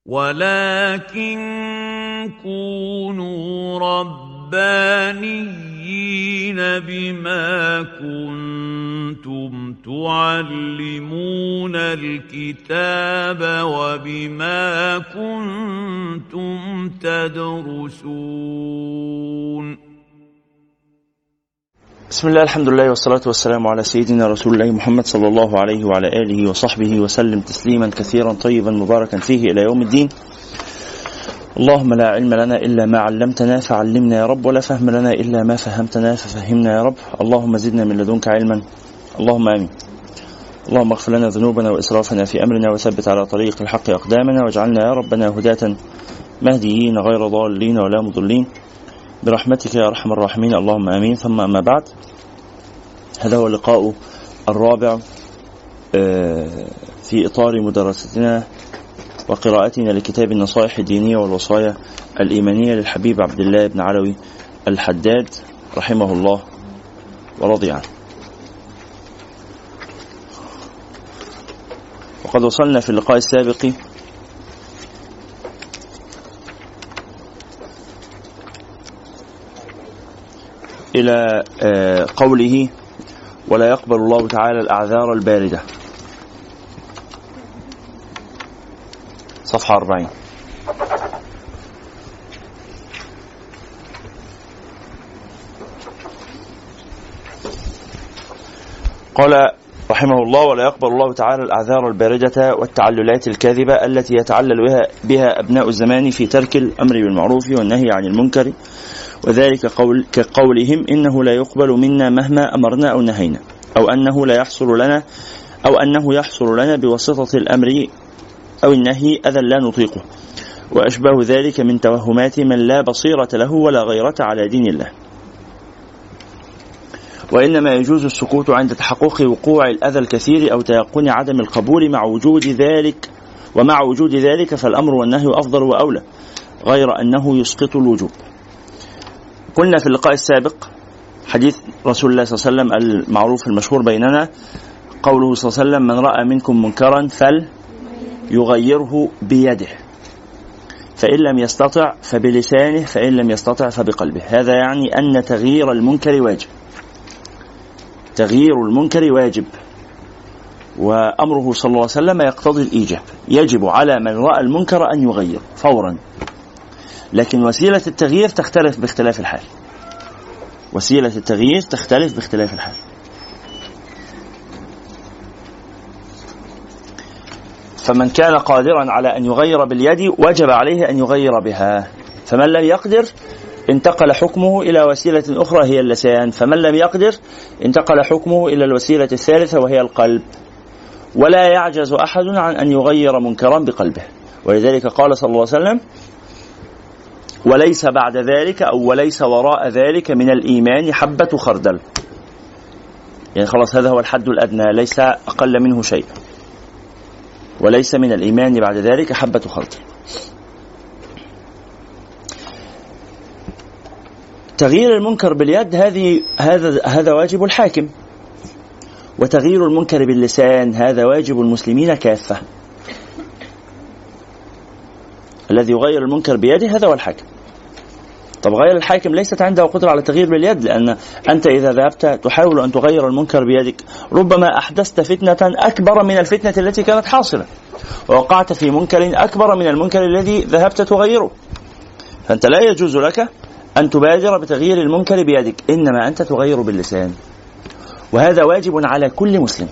ولكن كونوا ربانيين بما كنتم تعلمون الكتاب وبما كنتم تدرسون. بسم الله، الحمد لله، والصلاة والسلام على سيدنا رسول الله محمد صلى الله عليه وعلى آله وصحبه وسلم تسليما كثيرا طيبا مباركا فيه إلى يوم الدين. اللهم لا علم لنا إلا ما علمتنا فعلمنا يا رب، ولا فهم لنا إلا ما فهمتنا ففهمنا يا رب. اللهم زدنا من لدنك علما، اللهم آمين. اللهم اغفر لنا ذنوبنا وإسرافنا في أمرنا، وثبت على طريق الحق أقدامنا، واجعلنا يا ربنا هداة مهديين غير ضالين ولا مضلين برحمتك يا أرحم الراحمين، اللهم آمين. ثم أما بعد، هذا هو اللقاء الرابع في إطار مدرستنا وقراءتنا لكتاب النصائح الدينية والوصايا الإيمانية للحبيب عبد الله بن علوي الحداد رحمه الله ورضي عنه. وقد وصلنا في اللقاء السابق إلى قوله: ولا يقبل الله تعالى الأعذار الباردة، صفحة 40. قال رحمه الله: ولا يقبل الله تعالى الأعذار الباردة والتعللات الكاذبة التي يتعلل بها أبناء الزمان في ترك الأمر بالمعروف والنهي عن المنكر، وذلك كقولهم: إنه لا يقبل منا مهما أمرنا أو نهينا، أو أنه يحصل لنا بواسطة الأمر أو النهي أذى لا نطيقه، وأشبه ذلك من توهمات من لا بصيرة له ولا غيرة على دين الله. وإنما يجوز السكوت عند تحقق وقوع الأذى الكثير أو تيقن عدم القبول ومع وجود ذلك فالأمر والنهي أفضل وأولى، غير أنه يسقط الوجوب. قلنا في اللقاء السابق حديث رسول الله صلى الله عليه وسلم المعروف المشهور بيننا، قوله صلى الله عليه وسلم: من رأى منكم منكرا فليغيره بيده، فإن لم يستطع فبلسانه، فإن لم يستطع فبقلبه. هذا يعني أن تغيير المنكر واجب، تغيير المنكر واجب، وأمره صلى الله عليه وسلم يقتضي الإيجاب. يجب على من رأى المنكر أن يغير فورا، لكن وسيلة التغيير تختلف باختلاف الحال. وسيلة التغيير تختلف باختلاف الحال. فمن كان قادرا على أن يغير باليد وجب عليه أن يغير بها، فمن لم يقدر انتقل حكمه إلى وسيلة أخرى هي اللسان، فمن لم يقدر انتقل حكمه إلى الوسيلة الثالثة وهي القلب. ولا يعجز أحد عن أن يغير منكرا بقلبه، ولذلك قال صلى الله عليه وسلم: وليس بعد ذلك أو وليس وراء ذلك من الإيمان حبة خردل. يعني خلاص هذا هو الحد الأدنى، ليس أقل منه شيء. وليس من الإيمان بعد ذلك حبة خردل. تغيير المنكر باليد هذا واجب الحاكم، وتغيير المنكر باللسان هذا واجب المسلمين كافة. الذي يغير المنكر بيده هذا هو الحاكم. طب غير الحاكم ليست عنده قدرة على التغيير باليد، لأن أنت إذا ذهبت تحاول أن تغير المنكر بيدك ربما أحدثت فتنة أكبر من الفتنة التي كانت حاصلة، ووقعت في منكر أكبر من المنكر الذي ذهبت تغيره. فأنت لا يجوز لك أن تبادر بتغيير المنكر بيدك، إنما أنت تغير باللسان، وهذا واجب على كل مسلم.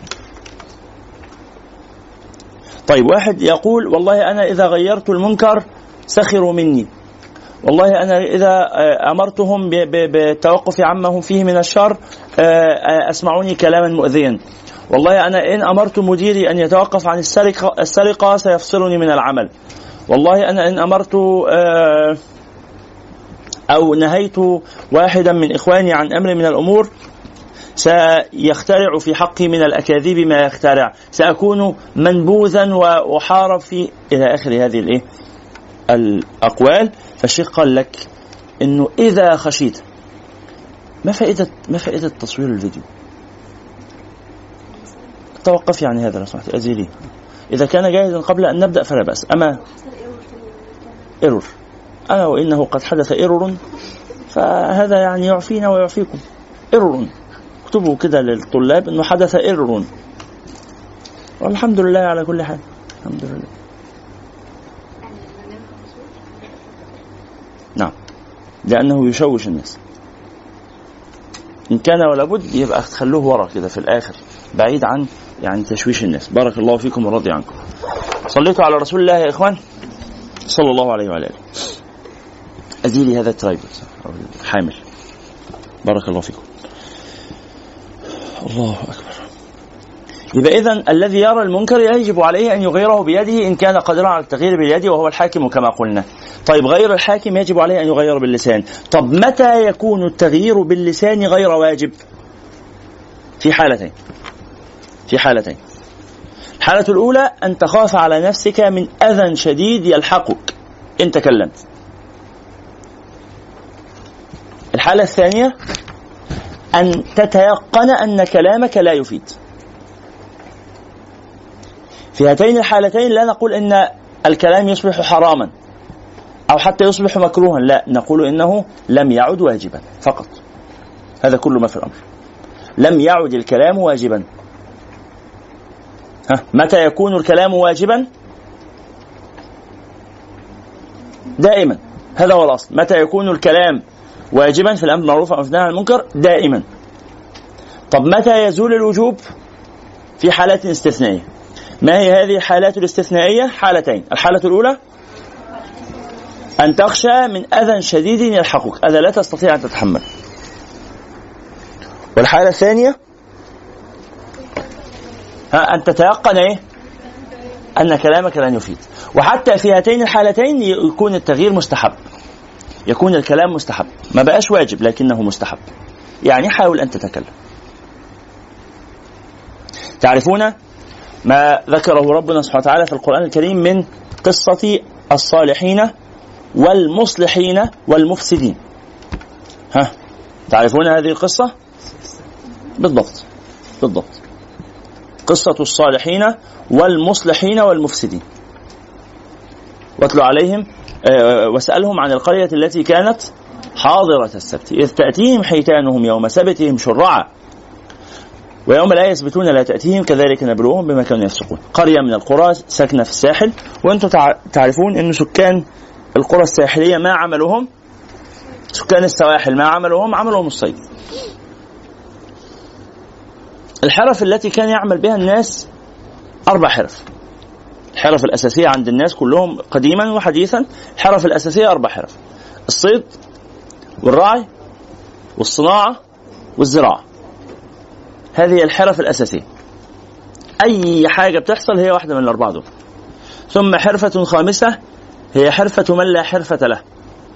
طيب، واحد يقول: والله أنا إذا غيرت المنكر سخروا مني، والله أنا إذا أمرتهم بالتوقف عما هم فيه من الشر أسمعوني كلاما مؤذيا، والله أنا إن أمرت مديري أن يتوقف عن السرقة سيفصلني من العمل، والله أنا إن أمرت أو نهيت واحدا من إخواني عن أمر من الأمور سيخترع في حقي من الأكاذيب ما يخترع، سأكون منبوذا وحارب في إلى آخر هذه الأقوال. فالشيخ قال لك إنه إذا خشيت، ما فائدة تصوير الفيديو؟ توقفي عن هذا لو سمحتي، أزيلي. إذا كان جاهزا قبل أن نبدأ فلا بأس. أما إيرور، أنا وإنه قد حدث إيرور، فهذا يعني يعفينا ويعفيكم. إيرور، اكتبوا كده للطلاب أنه حدث إيرور، والحمد لله على كل حال. الحمد لله. نعم، لأنه يشوش الناس. إن كان ولا بد يبقى تخلوه ورا كده في الآخر، بعيد عن يعني تشويش الناس. بارك الله فيكم ورضي عنكم. صليتوا على رسول الله يا إخوان صلى الله عليه وعلى آله. أزيلي هذا الترايبل حامل. بارك الله فيكم. الله أكبر. يبقى إذن الذي يرى المنكر يجب عليه أن يغيره بيده إن كان قادرا على التغيير باليد وهو الحاكم كما قلنا. طيب غير الحاكم يجب عليه أن يغير باللسان. طب متى يكون التغيير باللسان غير واجب؟ في حالتين. الحالة الأولى أن تخاف على نفسك من أذى شديد يلحقك إن تكلمت. الحالة الثانية أن تتيقن أن كلامك لا يفيد. في هاتين الحالتين لا نقول إن الكلام يصبح حراما أو حتى يصبح مكروها، لا، نقول إنه لم يعد واجبا فقط. هذا كل ما في الأمر. لم يعد الكلام واجبا. متى يكون الكلام واجبا؟ دائما. هذا هو الأصل. متى يكون الكلام واجبا في الأمر بالمعروف والنهي عن المنكر؟ دائما. طب متى يزول الوجوب؟ في حالات استثنائية. ما هي هذه الحالات الاستثنائية؟ حالتين. الحالة الأولى أن تخشى من أذى شديد يلحقك، أذى لا تستطيع أن تتحمل. والحالة الثانية أن تتيقن أن كلامك لن يفيد. وحتى في هاتين الحالتين يكون التغيير مستحب، يكون الكلام مستحب، ما بقاش واجب لكنه مستحب. يعني حاول أن تتكلم. تعرفون ما ذكره ربنا سبحانه وتعالى في القرآن الكريم من قصة الصالحين والمصلحين والمفسدين. تعرفون هذه القصة؟ بالضبط. قصة الصالحين والمصلحين والمفسدين. واتلوا عليهم واسألهم عن القرية التي كانت حاضرة السبت إذ تأتيهم حيتانهم يوم سبتهم شرعا ويوم لا يسبتون لا تأتيهم كذلك نبلوهم بما كانوا يفسقون. قرية من القرى ساكنة في الساحل، وأنتم تعرفون أن سكان القرى الساحلية ما عملهم، سكان السواحل ما عملهم الصيد. الحرف التي كان يعمل بها الناس 4 حرف. الحرف الأساسية عند الناس كلهم قديما وحديثا، الحرف الأساسية 4 حرف: الصيد والرعي والصناعة والزراعة. هذه الحرف الأساسية. أي حاجة بتحصل هي واحدة من ال4 دول. ثم حرفة خامسة هي حرفة من لا حرفة له،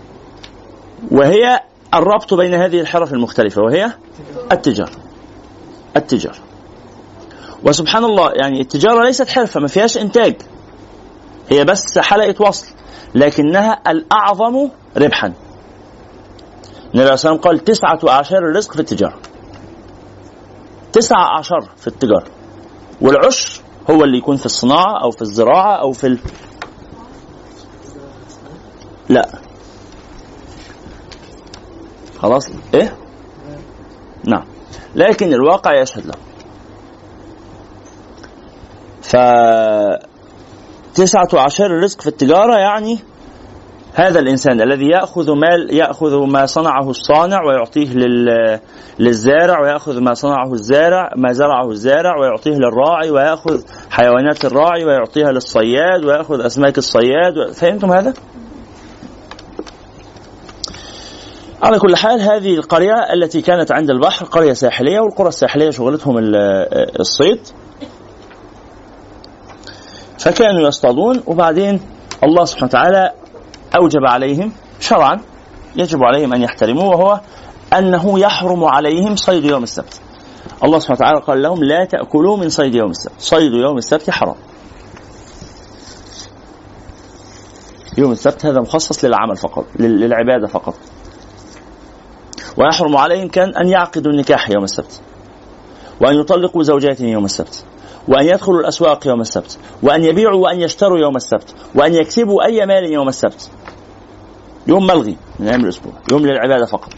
وهي الربط بين هذه الحرف المختلفة، وهي التجارة. وسبحان الله يعني التجارة ليست حرفة، ما فيهاش إنتاج، هي بس حلقة وصل، لكنها الأعظم ربحا. النبي عليه الصلاة والسلام قال 9 أعشار الرزق في التجارة. 9 أعشار في التجارة، والعشر هو اللي يكون في الصناعة أو في الزراعة أو في لا خلاص نعم، لكن الواقع يشهد له. 9 أعشار الرزق في التجارة يعني هذا الإنسان الذي يأخذ ما صنعه الصانع ويعطيه للزارع، ويأخذ ما صنعه الزارع ما زرعه الزارع ويعطيه للراعي، ويأخذ حيوانات الراعي ويعطيها للصياد، ويأخذ أسماك الصياد. فهمتم هذا؟ على كل حال هذه القرية التي كانت عند البحر قرية ساحلية، والقرى الساحلية شغلتهم الصيد، فكانوا يصطادون. وبعدين الله سبحانه وتعالى أوجب عليهم شرعا يجب عليهم أن يحترموه، وهو أنه يحرم عليهم صيد يوم السبت. الله سبحانه وتعالى قال لهم لا تأكلوا من صيد يوم السبت، صيد يوم السبت حرام. يوم السبت هذا مخصص للعمل فقط، للعبادة فقط. ويحرم عليهم كان أن يعقدوا النكاح يوم السبت، وأن يطلقوا زوجاتهم يوم السبت، وأن يدخلوا الأسواق يوم السبت، وأن يبيعوا وأن يشتروا يوم السبت، وأن يكسبوا أي مال يوم السبت. يوم ملغي من أيام الأسبوع، يوم للعبادة فقط.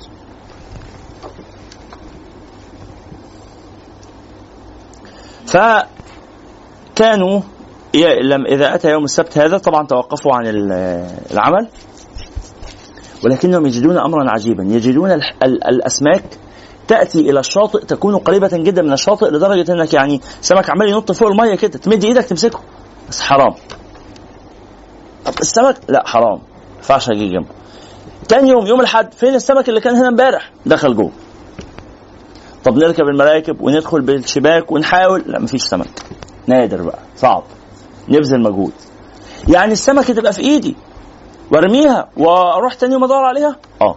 فكانوا إذا أتى يوم السبت هذا طبعا توقفوا عن العمل، ولكنهم يجدون أمرا عجيبا، يجدون الأسماك تأتي إلى الشاطئ، تكون قريبة جدا من الشاطئ لدرجة أنك يعني سمك عمال ينط فوق المية كده تمد إيدك تمسكه، بس حرام. طب السمك لا حرام، فعش هيجي جنبه. تاني يوم الحد، فين السمك اللي كان هنا امبارح؟ دخل جوه. طب نركب المراكب وندخل بالشباك ونحاول، لا مفيش سمك، نادر بقى، صعب، نبذل مجهود. يعني السمك تبقى في ايدي وارميها واروح تاني يوم ادور عليها؟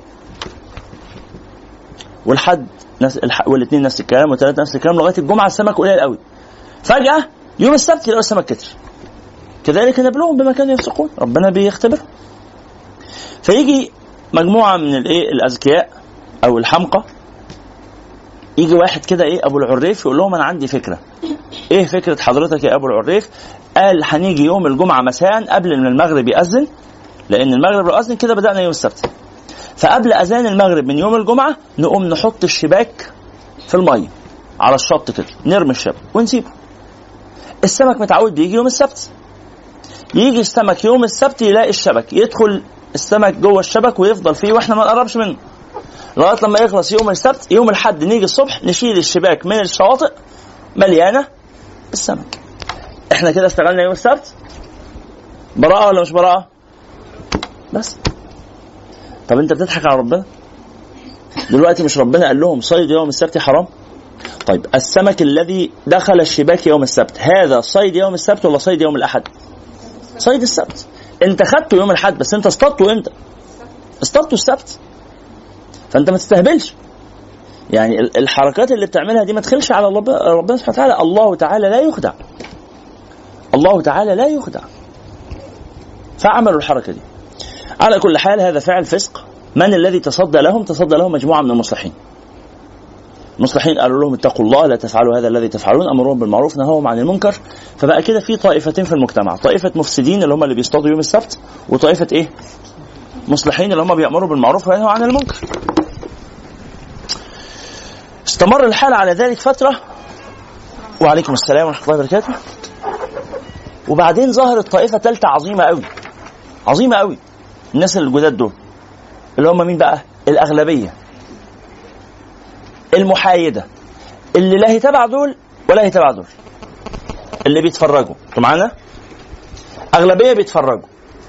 والحد والاثنين نفس الكلام، والثلاثه نفس الكلام، لغايه الجمعه السمك قليل قوي. فجاه يوم السبت يلاقوا السمك كتر. كذلك نبلوهم بما كانوا يفسقون، ربنا بيختبر. فيجي مجموعه من الاذكياء او الحمقى، يجي واحد كده ابو العريف يقول لهم انا عندي فكره. ايه فكره حضرتك يا ابو العريف؟ قال هنيجي يوم الجمعه مساء قبل من المغرب يأذن، لان المغرب لو أذن كده بدأنا يوم السبت، فقبل أذان المغرب من يوم الجمعة نقوم نحط الشباك في المية على الشط كده، نرمي الشبك ونسيبه. السمك متعود بيجي يوم السبت، يجي السمك يوم السبت يلاقي الشبك، يدخل السمك جوه الشبك ويفضل فيه واحنا ما نقربش منه لغايه لما يخلص يوم السبت. يوم الحد نيجي الصبح نشيل الشباك من الشواطئ مليانه بالسمك. احنا كده اشتغلنا يوم السبت. براءه ولا مش براءه؟ بس. طب انت بتضحك على ربنا دلوقتي؟ مش ربنا قال لهم صيد يوم السبت حرام؟ طيب السمك الذي دخل الشباك يوم السبت هذا صيد يوم السبت ولا صيد يوم الأحد؟ صيد السبت. انت خدته يوم الأحد، بس انت اصطدته امتى؟ اصطدته السبت. فانت ما تستهبلش، يعني الحركات اللي بتعملها دي ما تخلش على ربنا سبحانه وتعالى. الله تعالى لا يخدع، الله تعالى لا يخدع. فعملوا الحركة دي. على كل حال هذا فعل فسق. من الذي تصدى لهم؟ تصدى لهم مجموعة من المصلحين. المصلحين قالوا لهم اتقوا الله لا تفعلوا هذا الذي تفعلون، أمرهم بالمعروف نهوهم عن المنكر. فبقى كده في طائفتين في المجتمع، طائفة مفسدين اللي هم اللي بيصطادوا يوم السبت، وطائفة مصلحين اللي هم بيأمروا بالمعروف وينهوا عن المنكر. استمر الحال على ذلك فترة، وعليكم السلام ورحمة الله وبركاته. وبعدين ظهرت طائفة ثالثة عظيمة قوي، عظيمة قوي. الناس الجداد دول اللي هم مين بقى؟ الأغلبية المحايدة، اللي لا يتبع دول ولا يتبع دول، اللي بيتفرجوا. انتوا معانا؟ أغلبية بيتفرجوا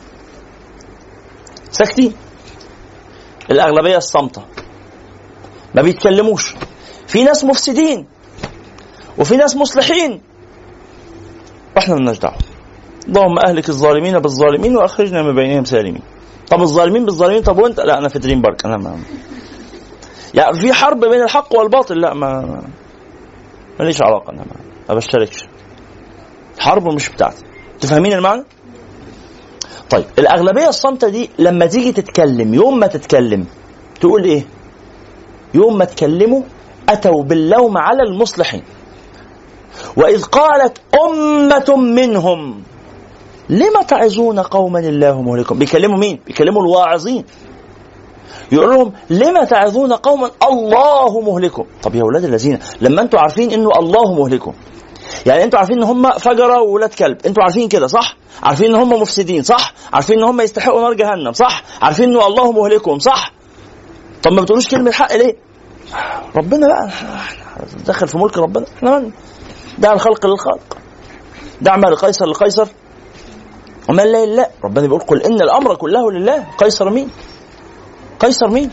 ساكتين، الأغلبية الصامتة ما بيتكلموش. في ناس مفسدين وفي ناس مصلحين، واحنا مالناش دعوة. اللهم أهلك الظالمين بالظالمين وأخرجنا من بينهم سالمين. طب الظالمين بالظالمين، طب وانت؟ لا أنا في دريم بارك، أنا يعني في حرب بين الحق والباطل، لا ماليش علاقة، أنا ما بشتركش، حرب مش بتاعتي. تفهمين المعنى؟ طيب الأغلبية الصامتة دي لما تيجي تتكلم، يوم ما تتكلم تقول إيه؟ يوم ما تكلموا أتوا باللوم على المصلحين. وإذ قالت أمة منهم لما تعظون قوما الله مهلكهم. بيكلموا مين؟ بيكلموا الواعظين. يقول لهم لما تعظون قوما الله مهلكهم. طب يا أولاد الذين، لما أنتوا عارفين إنه الله مهلكهم، يعني أنتوا عارفين إن هم فجرة وولاد كلب، أنتوا عارفين كده صح؟ عارفين إن هم مفسدين صح؟ عارفين إن هم يستحقوا نار جهنم صح؟ عارفين إنه الله مهلكهم صح؟ طب ما بتقولوش كلمة حق ليه؟ ربنا بقى دخل في ملك ربنا. احنا دع الخلق للخالق، دع ما لقيصر لقيصر وما لا لله. ربنا بيقول قل إن الأمر كله لله. قيصر مين؟ قيصر مين؟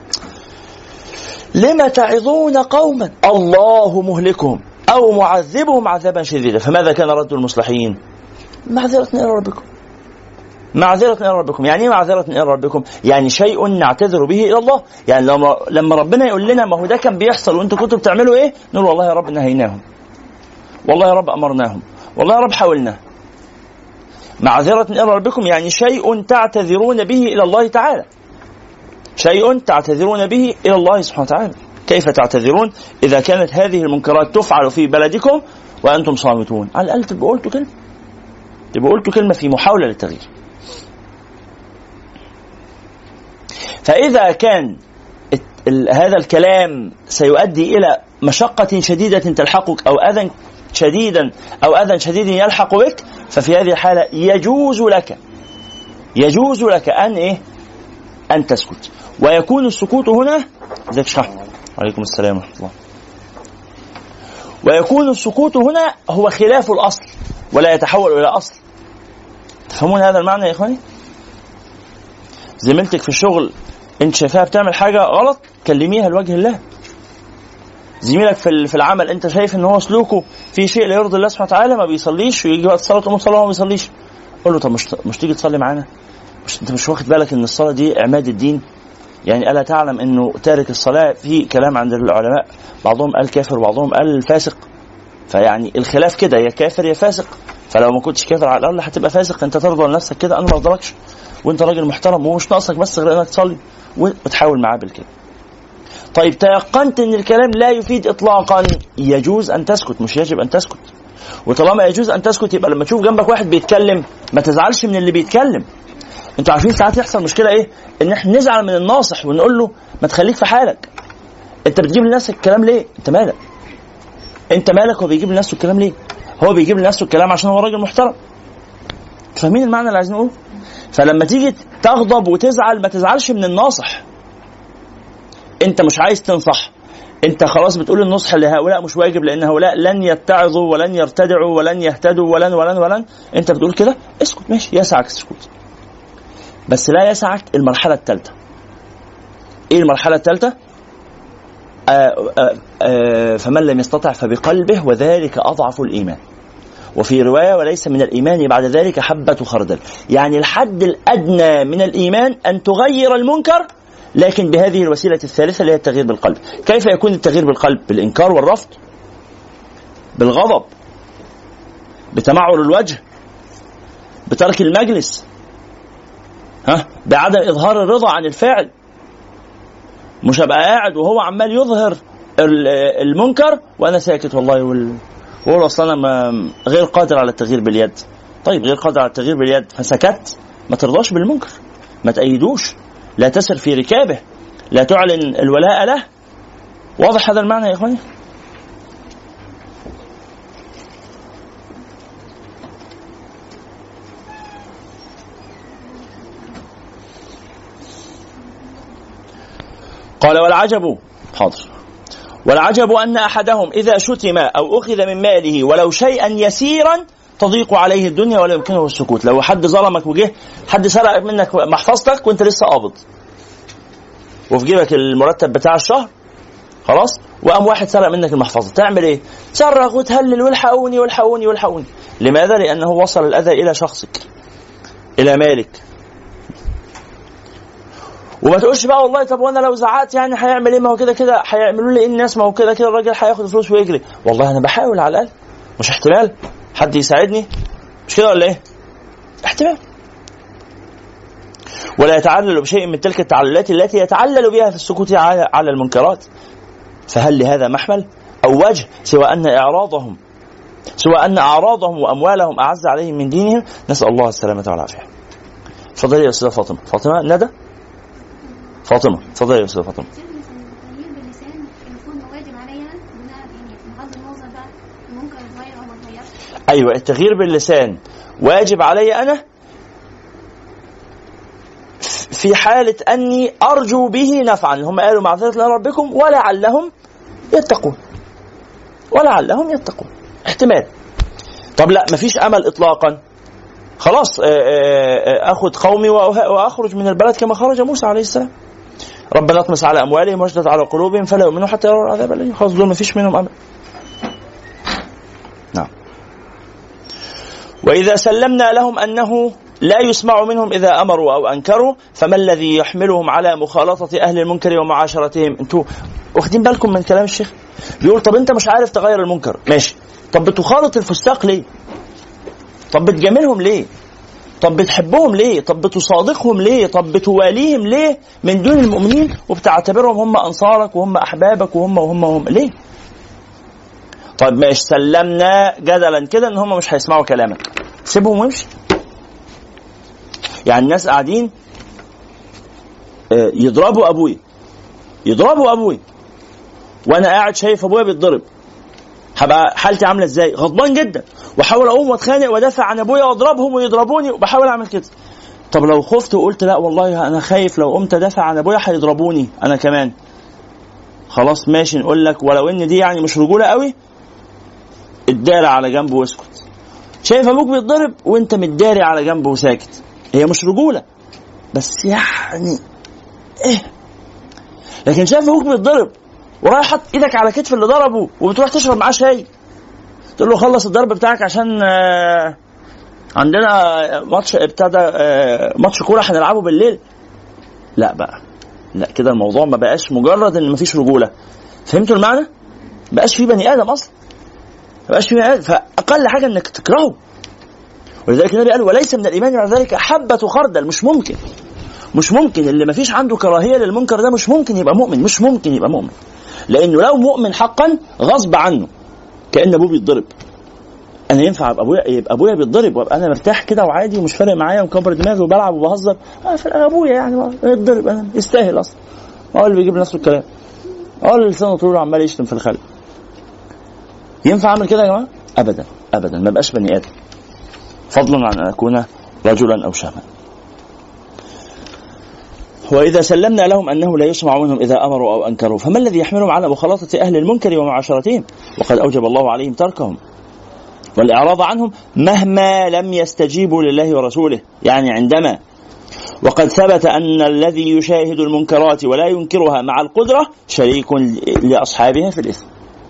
لما تعظون قوما الله مهلكهم أو معذبهم عذابا شديدا. فماذا كان رد المصلحين؟ معذرة إلى ربكم. معذرة إلى ربكم. يعني ايه معذرة إلى ربكم؟ يعني شيء نعتذر به إلى الله. يعني لما ربنا يقول لنا ما هو ده كان بيحصل وانتوا كنتوا بتعملوا ايه، نقول والله يا رب نهيناهم، والله يا رب أمرناهم، والله يا رب حاولنا. معذرة إلى ربكم يعني شيء تعتذرون به إلى الله تعالى، شيء تعتذرون به إلى الله سبحانه وتعالى. كيف تعتذرون إذا كانت هذه المنكرات تفعل في بلدكم وأنتم صامتون؟ على الأقل تبقى قلتوا كلمة في محاولة للتغيير. فإذا كان هذا الكلام سيؤدي إلى مشقة شديدة تلحقك أو أذى شديد يلحق بك، ففي هذه الحالة يجوز لك أن تسكت. ويكون السكوت هنا ذلك شرح. عليكم السلام ورحمة الله. ويكون السكوت هنا هو خلاف الأصل ولا يتحول إلى أصل. تفهمون هذا المعنى يا إخواني؟ زميلتك في الشغل انت شايفها بتعمل حاجة غلط، كلميها لوجه الله. زميلك في العمل انت شايف ان هو سلوكه في شيء لا يرضي الله سبحانه وتعالى، ما بيصليش ويجي وقت الصلاة تقوم تصلي وما بيصليش، قول له طب مش تيجي تصلي معانا؟ انت مش واخد بالك ان الصلاة دي عماد الدين؟ يعني ألا تعلم انه تارك الصلاة في كلام عند العلماء، بعضهم قال كافر وبعضهم قال فاسق. فيعني الخلاف كده، يا كافر يا فاسق. فلو ما كنتش كافر على الأقل هتبقى فاسق. انت ترضى لنفسك كده، انا ما ارضلكش، وانت راجل محترم ومش ناقصك بس غير انك تصلي وتحاول معاه بالكده. طيب تيقنت ان الكلام لا يفيد اطلاقا، يجوز ان تسكت، مش يجب ان تسكت. وطالما يجوز ان تسكت يبقى لما تشوف جنبك واحد بيتكلم ما تزعلش من اللي بيتكلم. انتوا عارفين ساعات يحصل مشكله ايه؟ ان احنا نزعل من الناصح ونقول له ما تخليك في حالك، انت بتجيب لنفسك الكلام ليه؟ انت مالك هو بيجيب لنفسه الكلام ليه؟ هو بيجيب لنفسه الكلام عشان هو راجل محترم. فاهمين المعنى اللي عايزين نقوله؟ فلما تيجي تغضب وتزعل ما تزعلش من الناصح، انت مش عايز تنصح، انت خلاص بتقول النصح لهؤلاء مش واجب لان هؤلاء لن يتعظوا ولن يرتدعوا ولن يهتدوا ولن انت بتقول كده، اسكت ماشي، يسعك السكوت. بس لا يسعك المرحلة الثالثة. ايه المرحلة الثالثة؟ فمن لم يستطع فبقلبه وذلك أضعف الإيمان. وفي رواية وليس من الإيمان بعد ذلك حبة خردل. يعني الحد الأدنى من الإيمان أن تغير المنكر، لكن بهذه الوسيلة الثالثة اللي هي التغيير بالقلب. كيف يكون التغيير بالقلب؟ بالإنكار والرفض، بالغضب، بتمعر الوجه، بترك المجلس، بعدم إظهار الرضا عن الفاعل. مش هبقى قاعد وهو عمال يظهر المنكر وأنا ساكت والله وهو أصلا أنا غير قادر على التغيير باليد. طيب غير قادر على التغيير باليد فسكت، ما ترضاش بالمنكر، ما تأيدوش، لا تسر في ركابه، لا تعلن الولاء له. واضح هذا المعنى يا إخواني؟ قال والعجب أن أحدهم إذا شتم أو أخذ من ماله ولو شيئا يسيرا تضيق عليه الدنيا ولا يمكنه السكوت. لو حد ظلمك وجه حد سرق منك محفظتك وانت لسه قابض وفي جيبك المرتب بتاع الشهر خلاص، وقام واحد سرق منك المحفظة، تعمل ايه؟ تصرخ وتهلل والحقوني والحقوني والحقوني. لماذا؟ لأنه وصل الأذى إلى شخصك، إلى مالك. وما تقولش بقى والله طب وانا لو زعقت يعني هيعمل ايه؟ ما هو كده كده هيعملوا لي ايه الناس، ما هو كده كده الراجل هياخد فلوس ويجري. والله انا بحاول على الاقل، مش احتمال حد يساعدني؟ مش كده ولا ايه؟ احتمال. ولا يتعلل بشيء من تلك التعللات التي يتعلل بها في السكوت على المنكرات. فهل لهذا محمل او وجه سوى ان اعراضهم واموالهم اعز عليهم من دينهم؟ نسال الله السلامه والعافيه. تفضلي يا استاذه فاطمه ندى. فاطمة تفضلي يا أستاذة فاطمة. أيوة، التغيير باللسان واجب علي أنا في حالة أني أرجو به نفعا. هم قالوا معذرة لربكم ولعلهم يتقون، احتمال. طب لا مفيش أمل إطلاقا، خلاص أخذ قومي وأخرج من البلد كما خرج موسى عليه السلام. ربنا اطمس على أموالهم واشدد على قلوبهم فلا يؤمنوا حتى يروا العذاب الأليم. خلاص دول مفيش منهم أمل. نعم. وإذا سلمنا لهم أنه لا يسمع منهم إذا أمروا أو أنكروا فما الذي يحملهم على مخالطة أهل المنكر ومعاشرتهم؟ أنتوا واخدين بالكم من كلام الشيخ؟ بيقول طب أنت مش عارف تغير المنكر، ماشي، طب بتخالط الفساق ليه؟ طب بتجاملهم ليه؟ طب بتحبهم ليه؟ طب بتصادقهم ليه؟ طب بتواليهم ليه من دون المؤمنين وبتعتبرهم هم أنصارك وهم أحبابك وهم ليه؟ طيب ماشي، سلمنا جدلا كده ان هم مش هيسمعوا كلامك، سيبهم وامشي. يعني الناس قاعدين يضربوا ابوي وانا قاعد شايف ابويا بيتضرب، هبقى حالتي عامله ازاي؟ غضبان جدا، واحاول اقوم واتخانق وادافع عن ابويا واضربهم ويضربوني، وبحاول اعمل كده. طب لو خفت وقلت لا والله انا خايف لو قمت ادافع عن ابويا هيضربوني انا كمان، خلاص ماشي، نقول لك ولو ان دي يعني مش رجوله قوي، اتداري على جنبه واسكت. شايف ابوك بيتضرب وانت متداري على جنبه وساكت، هي مش رجوله بس يعني ايه. لكن شايف ابوك بيتضرب ورايح حط ايدك على كتف اللي ضربه وبتروح تشرب معاه شاي، تقول له خلص الضرب بتاعك عشان عندنا ماتش ماتش كوره هنلعبه بالليل. لا بقى، لا كده الموضوع ما بقاش مجرد ان مفيش رجوله. فهمتوا المعنى؟ بقاش فيه بني ادم اصلا، بقاش فيه بني ادم، فاقل حاجه انك تكرهه. ولذلك النبي قال وليس من الايمان على ذلك حبه خردل. مش ممكن اللي مفيش عنده كراهيه للمنكر ده مش ممكن يبقى مؤمن، لانه لو مؤمن حقا غصب عنه كأن ابوه بيتضرب. انا ينفع يبقى ابويا بيتضرب وابقى انا مرتاح كده وعادي ومش فارق معايا ومكبر دماغي وبلعب وبهزر؟ ابويا يعني يتضرب، انا يستاهل اصلا، هو اللي بيجيب لنفسه الكلام، هو اللي لسانه طويل عمال يشتم في الخلق. ينفع اعمل كده يا جماعه؟ ابدا ما بقاش بني ادم، فضلا عن ان اكون رجلا او شابا. وإذا سلمنا لهم أنه لا يسمع منهم إذا أمروا أو أنكروا، فما الذي يحملهم على مخالطة أهل المنكر ومعاشرتهم؟ وقد أوجب الله عليهم تركهم والإعراض عنهم مهما لم يستجيبوا لله ورسوله. يعني عندما وقد ثبت أن الذي يشاهد المنكرات ولا ينكرها مع القدرة شريك لأصحابها في الإثم.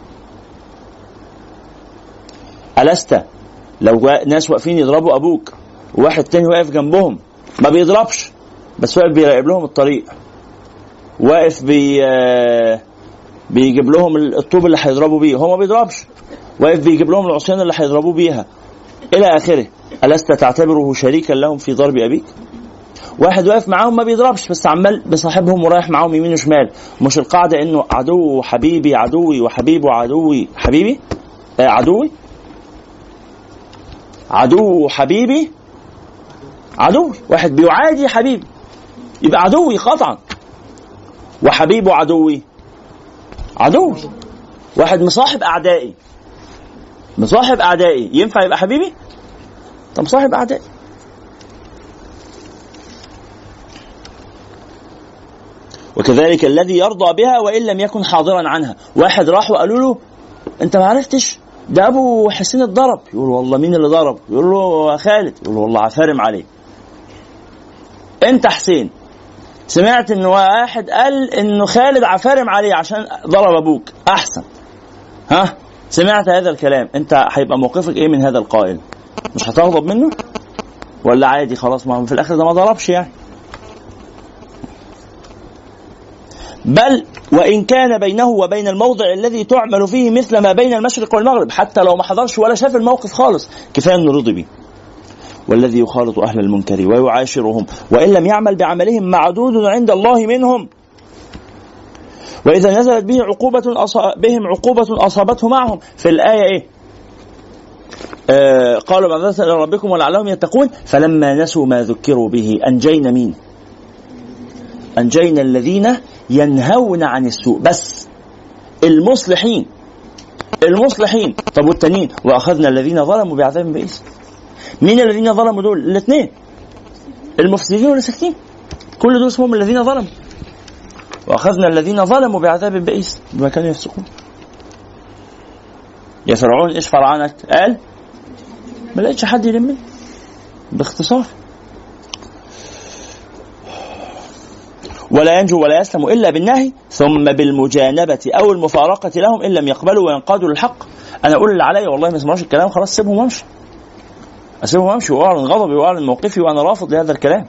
ألست لو ناس واقفين يضربوا أبوك وواحد تاني واقف جنبهم ما بيضربش بس واقف بيراقب لهم الطريق، واقف بيجيب لهم الطوب اللي هيضربوا بيه، هو ما بيضربش، واقف بيجيب لهم العصيان اللي هيضربوا بيها إلى آخره، ألست تعتبره شريكا لهم في ضرب أبيك؟ واحد واقف معاهم ما بيضربش بس عمال بصاحبهم ورايح معاهم يمين وشمال. مش القاعدة إنه عدو وحبيبي عدوي وحبيب وعدوي حبيبي؟ عدوي عدو حبيبي عدوي. واحد بيعادي حبيبي يبقى عدوي قطعا، وحبيب عدوي عدوي. واحد مصاحب أعدائي ينفع يبقى حبيبي؟ طب مصاحب أعدائي. وكذلك الذي يرضى بها وإن لم يكن حاضرا عنها. واحد راح وقالوا له أنت ما عرفتش ده أبو حسين الضرب، يقول والله مين اللي ضرب؟ يقول له خالد، يقول والله عفارم عليه. أنت حسين سمعت إنه واحد قال إنه خالد عفارم عليه عشان ضرب أبوك، أحسن، ها سمعت هذا الكلام، أنت هيبقى موقفك إيه من هذا القائل؟ مش هتغضب منه ولا عادي خلاص ما في الآخر ده ما ضربش يعني؟ بل وإن كان بينه وبين الموضع الذي تعمل فيه مثل ما بين المشرق والمغرب، حتى لو ما حضرش ولا شاف الموقف خالص كفاية إنه رضي به. والذي يخالط أهل المنكر ويعاشرهم وإن لم يعمل بعملهم معدود عند الله منهم. وإذا نزلت بهم عقوبة أصابته معهم. في الآية إيه؟ قالوا معذرة إلى ربكم ولعلهم يتقون فلما نسوا ما ذكروا به أنجينا مين؟ أنجينا الذين ينهون عن السوء. بس المصلحين. طب والتانيين وأخذنا الذين ظلموا بعذاب بئيس. مين الذين ظلموا دول؟ الاثنين، المفسدين واللي ساكتين، كل دول اسمهم الذين ظلموا. وأخذنا الذين ظلموا بعذاب بئيس بما كانوا يفسقون. يا فرعون إيش فرعانك؟ قال ما لقيتش حد يلمني. باختصار ولا ينجو ولا يسلم إلا بالنهي ثم بالمجانبة أو المفارقة لهم إن لم يقبلوا وينقادوا للحق. أنا أقول اللي علي والله ما يسمعوش الكلام خلاص سيبهم وامشي، أسيبهم وامشي وأعلن غضبي وأعلن موقفي وأنا رافض لهذا الكلام.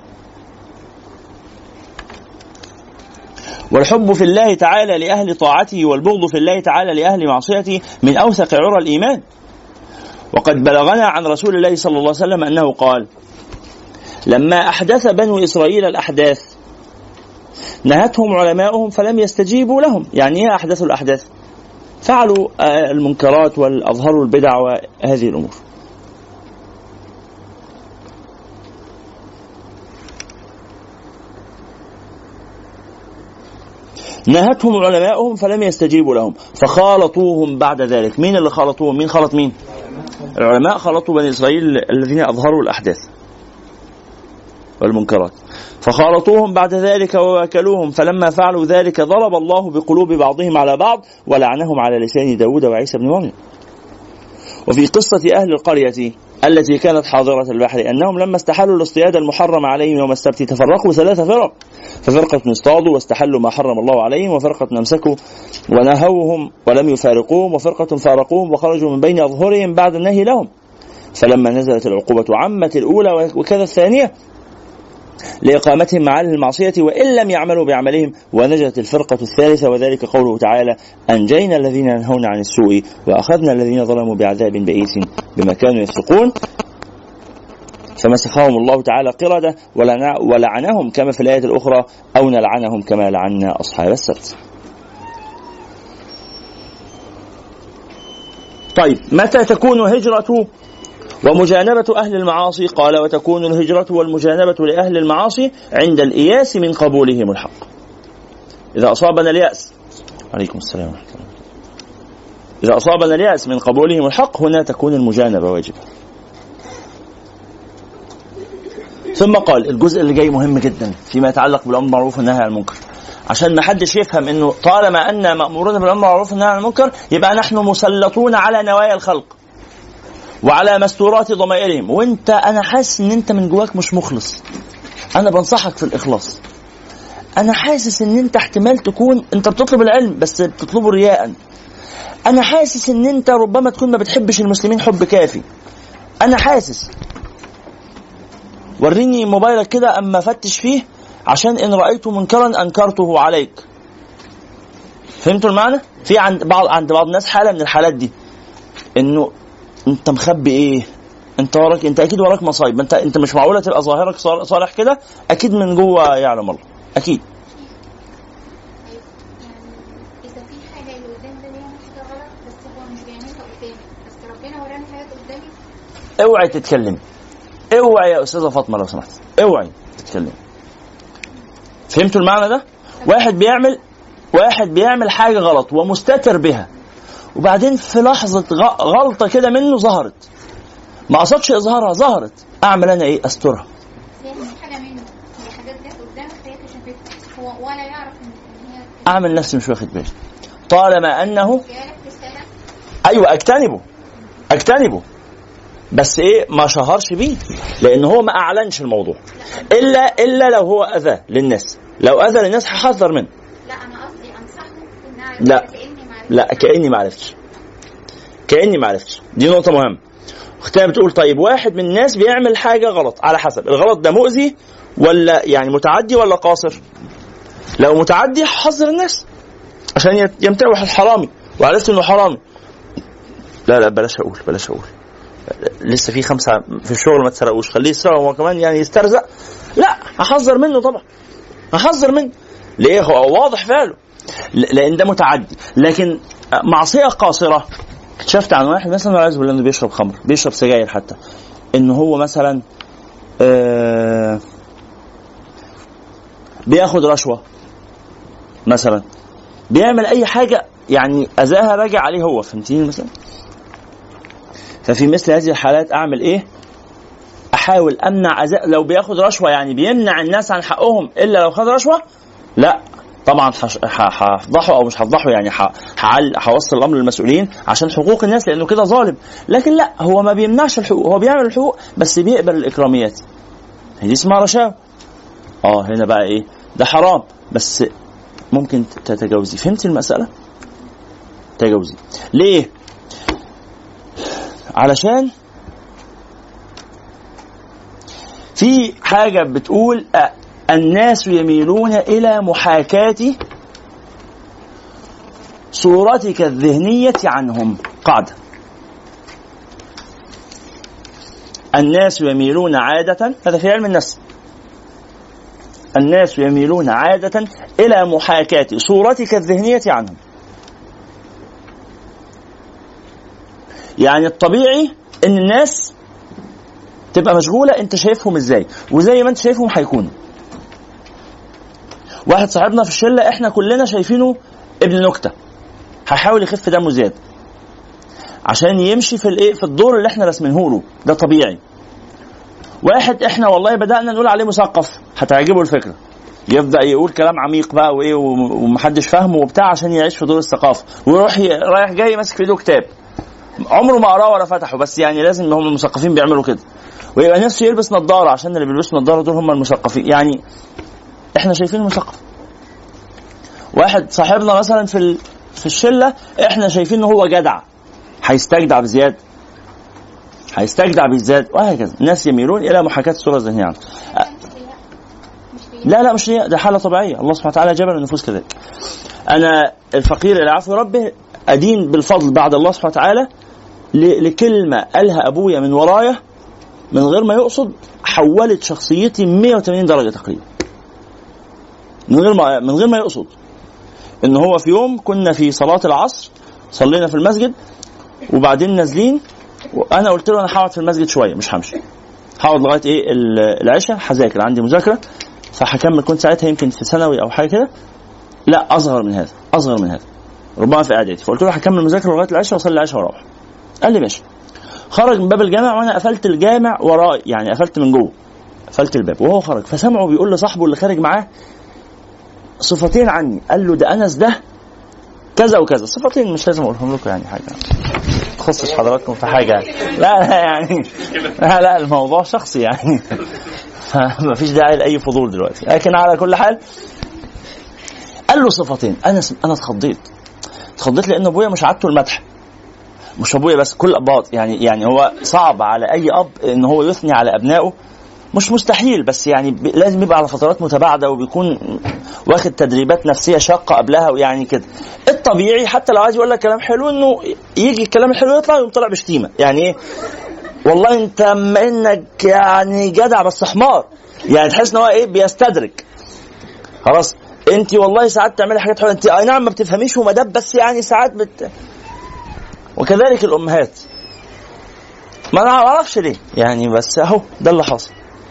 والحب في الله تعالى لأهل طاعته والبغض في الله تعالى لأهل معصيته من أوثق عرى الإيمان. وقد بلغنا عن رسول الله صلى الله عليه وسلم أنه قال لما أحدث بنو إسرائيل الأحداث نهتهم علماؤهم فلم يستجيبوا لهم. يعني إيه أحدثوا الأحداث؟ فعلوا المنكرات والأظهروا البدع وهذه الأمور. نهتهم علماؤهم فلم يستجيبوا لهم فخالطوهم بعد ذلك. مين اللي خالطوهم؟ مين خلط مين؟ العلماء خلطوا بني إسرائيل الذين أظهروا الأحداث والمنكرات، فخالطوهم بعد ذلك وواكلوهم، فلما فعلوا ذلك ضرب الله بقلوب بعضهم على بعض ولعنهم على لسان داود وعيسى بن مريم. وفي قصة أهل القرية التي كانت حاضرة البحر أنهم لما استحلوا الاصطياد المحرم عليهم يوم السبت تفرقوا 3 فرق، ففرقة اصطادوا واستحلوا ما حرم الله عليهم، وفرقة أمسكوا ونهوهم ولم يفارقوهم، وفرقة فارقوهم وخرجوا من بين أظهرهم بعد النهي لهم. فلما نزلت العقوبة عمت الأولى وكذا الثانية لإقامتهم مع المعصية وإن لم يعملوا بعملهم، ونجت الفرقة الثالثة، وذلك قوله تعالى: أنجينا الذين ينهون عن السوء وأخذنا الذين ظلموا بعذاب بئيس بما كانوا يفسقون. فمسخهم الله تعالى قردة ولعنهم كما في الآية الأخرى: أو نلعنهم كما لعنا أصحاب السبت. طيب، متى تكون هجرة ومجانبة أهل المعاصي؟ قال: وتكون الهجرة والمجانبة لأهل المعاصي عند الإياس من قبولهم الحق. إذا أصابنا اليأس، عليكم السلام ورحمة الله، إذا أصابنا اليأس من قبولهم الحق هنا تكون المجانبة واجبة. ثم قال الجزء اللي جاي مهم جدا فيما يتعلق بالأمر بالمعروف والنهي عن المنكر، عشان ما حدش يفهم إنه طالما أن مأمورون بالأمر بالمعروف والنهي عن المنكر يبقى نحن مسلطون على نوايا الخلق وعلى مستورات ضمائرهم، وانت انا حاسس ان انت من جواك مش مخلص. انا بنصحك في الاخلاص. انا حاسس ان انت احتمال تكون انت بتطلب العلم بس بتطلبه رياء. انا حاسس ان انت ربما تكون ما بتحبش المسلمين حب كافي. انا حاسس، وريني موبايلك كده اما فتش فيه عشان ان رأيت منكرا انكرته عليك. فهمتوا المعنى؟ في عند بعض الناس حالة من الحالات دي، انه انت مخبي ايه؟ انت وراك، انت اكيد وراك مصايب. انت مش معقوله تبقى ظاهرك صالح كده، اكيد من جوه يعلم الله، اكيد. يعني اذا في حاجه اللي قدام ده بيعمل حاجه غلط بس هو مش بيعملها قدامي، بس ربنا وراني حاجات قدامي. اوعي تتكلم، اوعي يا استاذه فاطمه لو سمحت، اوعي تتكلم. فهمتوا المعنى ده؟ واحد بيعمل حاجه غلط ومستتر بها، وبعدين في لحظة غلطة كده منه ظهرت، ما قصدش إظهارها، ظهرت، أعمل أنا إيه؟ أسترها. يعني حاجة منه، هي حاجات جت قدامك هي شافتها هو ولا يعرف إن هي، أعمل نفسي مش واخد بالي، طالما أنه أيوة أجتنبه بس إيه؟ ما شهرش بيه، لأن هو ما أعلنش الموضوع، إلا لو هو أذى للناس. لو أذى للناس هحذر منه. لا أنا قصدي أنصحه إن لا كأني ما عرفتش. دي نقطة مهمة. اختها بتقول طيب واحد من الناس بيعمل حاجة غلط، على حسب الغلط ده مؤذي ولا يعني متعدي ولا قاصر. لو متعدي حذر الناس عشان يمتعوا الحرامي وعرفت انه حرامي. لا بلاش اقول لسه في 5 في الشغل ما تسرقوش، خليه يسرق هو كمان يعني يسترزق. لا، هحذر منه طبعا، هحذر منه. ليه؟ هو واضح فعله، لان ده متعدي. لكن معصية قاصرة، شفت عن واحد مثلا والعياذ بالله انه بيشرب خمر، بيشرب سجاير، حتى انه هو مثلا بياخد رشوة مثلا، بيعمل اي حاجة يعني اذاها راجع عليه هو، فهمتين مثلا؟ ففي مثل هذه الحالات اعمل ايه؟ احاول امنع اذى. لو بياخد رشوة يعني بيمنع الناس عن حقهم الا لو خد رشوة، لا طبعا هفضحه او مش هفضحه، يعني هوصل الامر للمسؤولين عشان حقوق الناس، لانه كده ظالم. لكن لا، هو ما بيمنعش الحقوق، هو بيعمل الحقوق بس بيقبل الاكراميات. دي اسمها رشاوى. هنا بقى ايه؟ ده حرام بس ممكن تتجاوزي. فهمتي المسألة؟ تجاوزي ليه؟ علشان في حاجة بتقول الناس يميلون إلى محاكاة صورتك الذهنية عنهم. قاعدة الناس يميلون عادة، هذا في علم النفس، الناس يميلون عادة إلى محاكاة صورتك الذهنية عنهم. يعني الطبيعي إن الناس تبقى مشغولة أنت شايفهم إزاي، وزي ما أنت شايفهم هيكونوا. واحد صاحبنا في الشلة إحنا كلنا شايفينه ابن نكتة، هيحاول يخف دمه زيادة عشان يمشي في الدور اللي إحنا رسمينه له، ده طبيعي. واحد إحنا والله بدأنا نقول عليه مثقف، هتعجبه الفكرة، يبدأ يقول كلام عميق بقى وإيه ومحدش فاهمه وبتاع عشان يعيش في دور الثقافة، ويروح رايح جاي ماسك في ايده كتاب عمره ما قراه ولا فتحه، بس يعني لازم هم المثقفين بيعملوا كده، ويبقى نفسه يلبس نظارة عشان اللي بيلبسوا نظارة دول هم المثقفين. يعني احنا شايفين مثقف. واحد صاحبنا مثلا في الشلة احنا شايفين ان هو جدع، هيستجدع بزيادة، هيستجدع بزيادة، وهكذا. الناس يميلون الى محاكاة الصورة الذهنية عنه. لا مش رياء، ده حالة طبيعية، الله سبحانه وتعالى جبل النفوس كذلك. انا الفقير الى عفو ربه ادين بالفضل بعد الله سبحانه وتعالى لكلمة قالها ابويا من ورايا من غير ما يقصد، حولت شخصيتي 180 درجة تقريبا، من غير ما يقصد. ان هو في يوم كنا في صلاة العصر، صلينا في المسجد وبعدين نازلين، وانا قلت له انا هقعد في المسجد شوية مش همشي، هقعد لغاية ايه العشاء، هذاكر عندي مذاكرة فهكمل. كنت ساعتها يمكن في ثانوي او حاجة كده، لا اصغر من هذا ربما في اعدادي. فقلت له هكمل مذاكرة لغاية العشاء واصلي العشاء واروح. قال لي ماشي. خرج من باب الجامع وانا قفلت الجامع وراي، يعني قفلت من جوه، قفلت الباب وهو خرج. فسمعه بيقول لصاحبه اللي خارج معاه صفتين عني، قال له ده انس ده كذا وكذا، صفتين مش لازم اقولهم لكم يعني، حاجه تخصص حضراتكم في حاجه، لا يعني لا الموضوع شخصي يعني ما فيش داعي لاي فضول دلوقتي. لكن على كل حال قال له صفتين. انا اتخضيت لان ابويا مش عادته المدح، مش ابويا بس، كل اباط يعني هو صعب على اي اب ان هو يثني على ابنائه، مش مستحيل بس يعني لازم يبقى على فترات متباعده وبيكون واخد تدريبات نفسيه شاقه قبلها، ويعني كده الطبيعي حتى لو عايز يقول لك كلام حلو انه يجي الكلام الحلو يطلع يقوم طلع بشتيمه. يعني ايه والله انت انك يعني جدع بس حمار، يعني تحس ان هو ايه بيستدرك. خلاص انت والله ساعات تعملي حاجات حلوه، انت اي نعم ما بتفهميش ومدب بس يعني ساعات وكذلك الامهات. ما انا اعرفش ليه يعني، بس اهو ده اللي حصل.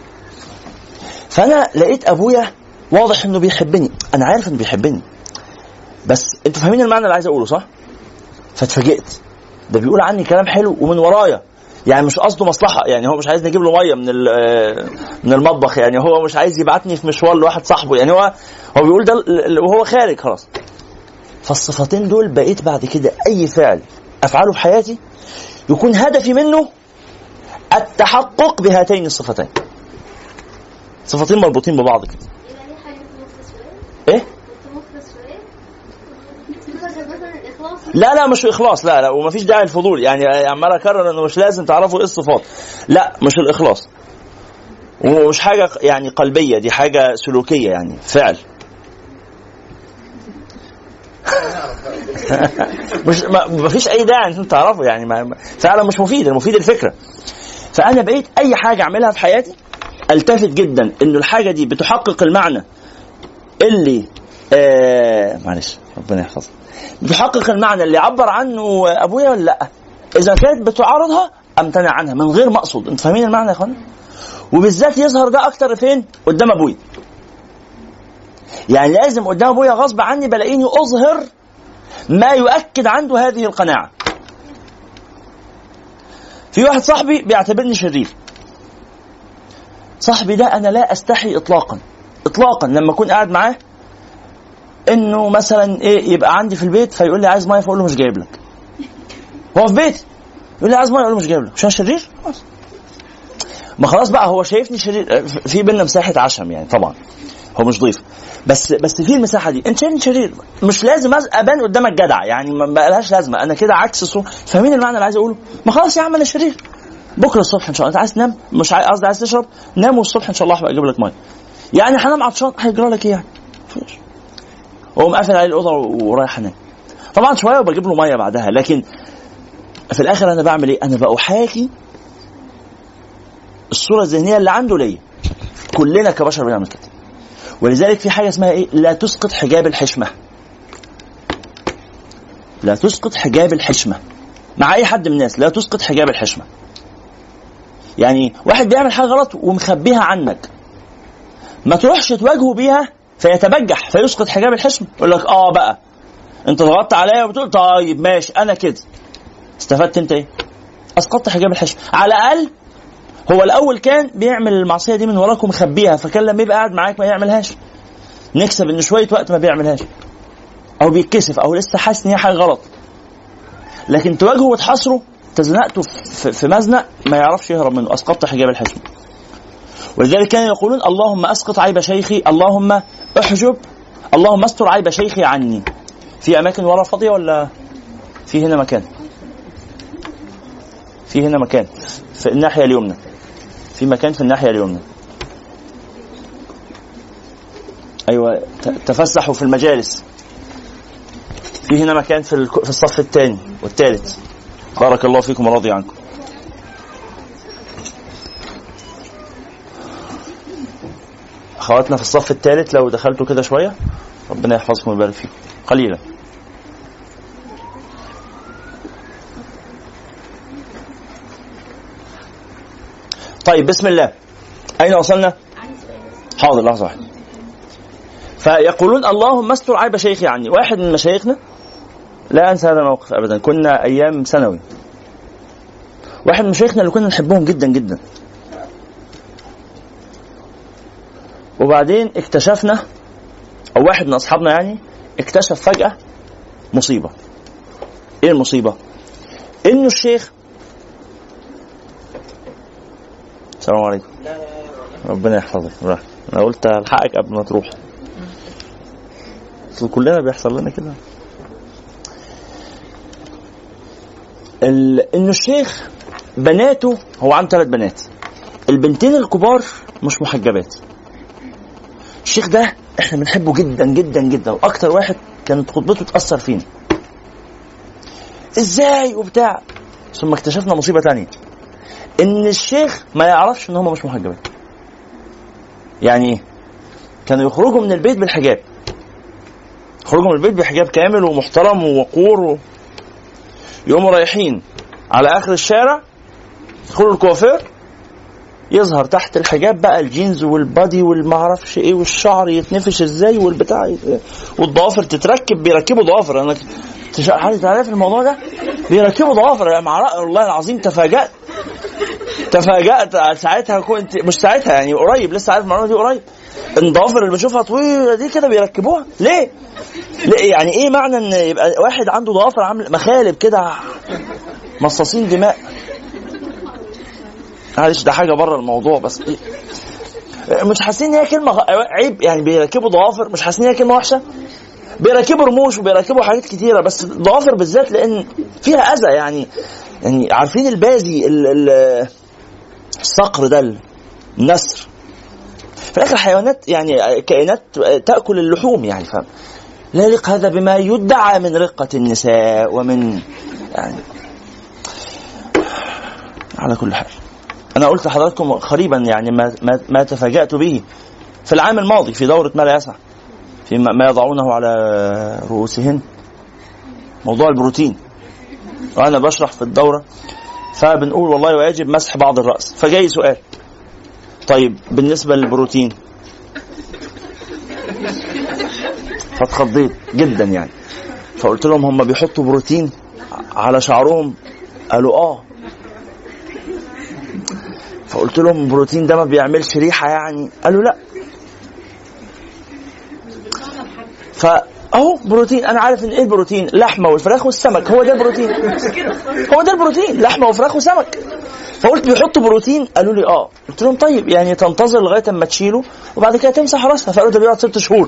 فانا لقيت ابويا واضح انه بيحبني، انا عارف انه بيحبني، بس انتوا فاهمين المعنى اللي عايز اقوله صح؟ فاتفاجئت ده بيقول عني كلام حلو ومن ورايا، يعني مش قصده مصلحه، يعني هو مش عايز نجيب له ميه من المطبخ، يعني هو مش عايز يبعتني في مشوار لواحد صاحبه، يعني هو بيقول ده وهو خارج خلاص. فالصفتين دول بقيت بعد كده اي فعل افعله في حياتي يكون هدفي منه التحقق بهاتين الصفتين، صفتين مربوطين ببعض كده. ايه لا مش اخلاص، لا ومفيش داعي الفضول، يعني عمال اكرر انه مش لازم تعرفوا ايه الصفات، لا مش الاخلاص ومش حاجه يعني قلبيه، دي حاجه سلوكيه يعني فعل مش مفيش اي داعي ان تعرفوا يعني فعلا مش مفيد، المفيد الفكره. فانا بقيت اي حاجه اعملها في حياتي التفت جدا انه الحاجه دي بتحقق المعنى اللي معلش ربنا يحفظها، بتحقق المعنى اللي عبر عنه ابويا ولا لا. اذا كانت بتعارضها امتنع عنها من غير ما اقصد. انتوا فاهمين المعنى يا اخوانا؟ وبالذات يظهر ده اكتر فين؟ قدام ابويا. يعني لازم قدام ابويا غصب عني بلاقيني اظهر ما يؤكد عنده هذه القناعه. في واحد صاحبي بيعتبرني شرير، صاحبي ده انا لا استحي اطلاقا لما اكون قاعد معاه انه مثلا ايه يبقى عندي في البيت فيقول لي عايز ميه، فاقول له مش جايب لك. هو في بيتي يقول لي عايز ميه، اقول له مش جايب لك. مش انا شرير؟ ما خلاص بقى هو شايفني شرير. في بيننا مساحه عشم يعني، طبعا هو مش ضيف بس في المساحه دي انت شايفني شرير، مش لازم ابان قدامك جدع يعني، ما بقالهاش لازمه، انا كده عكس الصوره. فاهمين المعنى اللي عايز اقوله؟ ما خلاص يا عم انا شرير، بكره الصبح ان شاء الله انت عايز تنام، مش قصدي عايز تشرب، نام والصبح ان شاء الله هبقى اجيب لك ميه. يعني هنام عطشان هيجرى لك ايه يعني؟ هو مقفل عليه الاوضه ورايح انام. طبعا شويه وبجيب له ميه بعدها، لكن في الاخر انا بعمل ايه؟ انا بأحاكي الصورة الذهنية اللي عنده ليا. كلنا كبشر بنعمل كده. ولذلك في حاجة اسمها ايه؟ لا تسقط حجاب الحشمة. لا تسقط حجاب الحشمة مع اي حد من الناس. لا تسقط حجاب الحشمة. يعني واحد بيعمل حاجة غلط ومخبيها عنك، ما تروحش تواجهه بيها فيتبجح فيسقط حجاب الحشمة. يقول لك بقى انت ضغطت عليا وبتقول طيب ماشي انا كده. استفدت انت ايه؟ اسقطت حجاب الحشمة. على الاقل هو الاول كان بيعمل المعصية دي من وراك ومخبيها، فكان لما يبقى قاعد معاك ما يعملهاش. نكسب ان شوية وقت ما بيعملهاش، او بيتكسف، او لسه حاسس ان هي حاجة غلط. لكن تواجهه وتحاصره، تزنقته في مزنق ما يعرفش يهرب منه. اسقطت حجاب الحشمة. ولذلك كانوا يقولون اللهم اسقط عيب شيخي، اللهم احجب، اللهم استر عيب شيخي عني. في اماكن ورا فاضيه ولا في هنا مكان؟ في هنا مكان في الناحيه اليمنى. في مكان في الناحيه اليمنى. ايوه تفسحوا في المجالس. في هنا مكان في الصف الثاني والثالث. بارك الله فيكم ورضي عنكم. اخواتنا في الصف الثالث لو دخلتوا كده شويه، ربنا يحفظكم ويبارك فيكم قليلا. طيب بسم الله. اين وصلنا؟ حاضر لحظه واحده. فيقولون اللهم استر عيب شيخي عني. واحد من مشايخنا، لا انسى هذا الموقف ابدا، كنا ايام ثانوي، واحد من مشايخنا اللي كنا نحبهم جدا جدا، وبعدين اكتشفنا، او واحد من اصحابنا يعني اكتشف فجأة مصيبة. ايه المصيبة؟ انه الشيخ، السلام عليكم، ربنا يحفظك. انا قلت الحقك قبل ما تروح، كلنا بيحصل لنا كده. انه الشيخ بناته، هو عنده 3 بنات، البنتين الكبار مش محجبات. الشيخ ده احنا بنحبه جدا جدا جدا، واكتر واحد كانت خطبته تأثر فينا. ازاي وبتاع. ثم اكتشفنا مصيبة تانية، ان الشيخ ما يعرفش ان هم مش محجبات. يعني ايه؟ كانوا يخرجوا من البيت بالحجاب، يخرجوا من البيت بحجاب كامل ومحترم ووقور يقوموا رايحين على اخر الشارع، يدخلوا الكوافير، يظهر تحت الحجاب بقى الجينز والبادي والمعرفش ايه، والشعر يتنفش ازاي والبتاع، والضوافر تتركب. بيركبوا ضوافر. انا عارف الموضوع ده، بيركبوا ضوافر. مع والله العظيم تفاجأت ساعتها. كنت مش ساعتها يعني، قريب لسه عارف المعلومه دي قريب. الضوافر اللي بشوفها طويله دي كده بيركبوها ليه؟ يعني ايه معنى ان يبقى واحد عنده ضوافر عامل مخالب كده، مصاصين دماء؟ معلش ده حاجه بره الموضوع، بس إيه؟ مش حاسين ان هي كلمه عيب يعني؟ بيركبوا ضوافر مش حاسين ان هي كلمه وحشه؟ بيركبوا رموش وبيركبوا حاجات كتيره، بس ضوافر بالذات لان فيها اذى. يعني عارفين البازي الصقر ده، النسر، في الاخر حيوانات يعني كائنات تاكل اللحوم يعني. فاهم؟ لا يليق هذا بما يدعى من رقه النساء ومن يعني. على كل حال انا قلت لحضراتكم قريبا يعني ما تفاجأت به في العام الماضي في دورة ما لا يسع، في ما يضعونه على رؤوسهن، موضوع البروتين. وانا بشرح في الدورة فبنقول والله ويجب مسح بعض الرأس، فجاي سؤال طيب بالنسبة للبروتين، فاتخضيت جدا يعني. فقلت لهم هم بيحطوا بروتين على شعرهم؟ قالوا فقلت لهم البروتين ده ما بيعملش ريحة يعني؟ قالوا لا. فاهو بروتين، انا عارف ان ايه البروتين، لحمه والفراخ والسمك، هو ده البروتين، هو ده البروتين، لحمه وفراخ وسمك. فقلت بيحطوا بروتين؟ قالوا لي قلت لهم طيب يعني تنتظر لغايه اما تشيله وبعد كده تمسح راسها. فقالوا ده بيقعد 6 شهور.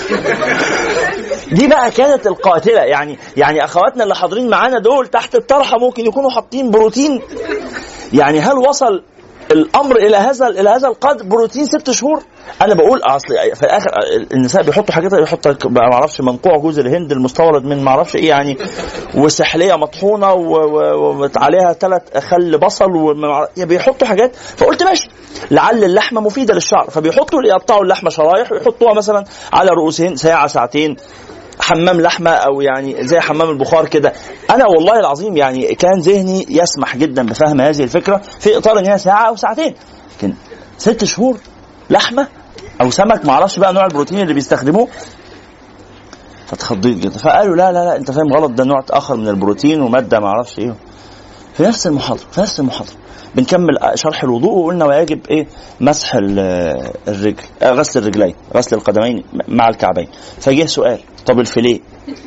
دي بقى كانت القاتله يعني اخواتنا اللي حاضرين معانا دول تحت الطرحه ممكن يكونوا حاطين بروتين. يعني هل وصل الامر الى هذا القدر، بروتين 6 شهور. انا بقول اصل في الاخر النساء بيحطوا حاجات، يحطوا ما اعرفش منقوع جوز الهند المستورد من ما اعرفش ايه يعني، وسحليه مطحونه وعليها 3 خل بصل بيحطوا حاجات. فقلت ماشي، لعل اللحمه مفيده للشعر، فبيحطوا يقطعوا اللحمه شرايح ويحطوها مثلا على رؤوسهن ساعه ساعتين، حمام لحمه او يعني زي حمام البخار كده. انا والله العظيم يعني كان ذهني يسمح جدا بفهم هذه الفكره في اطار ان هي ساعه او ساعتين، لكن 6 شهور لحمه او سمك ما اعرفش بقى نوع البروتين اللي بيستخدموه. فتخضيت جدا، فقالوا لا لا لا انت فاهم غلط، ده نوع اخر من البروتين وماده ما اعرفش ايه. في نفس المحاضره بنكمل شرح الوضوء وقلنا ويجب ايه مسح الرجل، غسل الرجلين، غسل القدمين مع الكعبين. فجه سؤال، طب الفيليه؟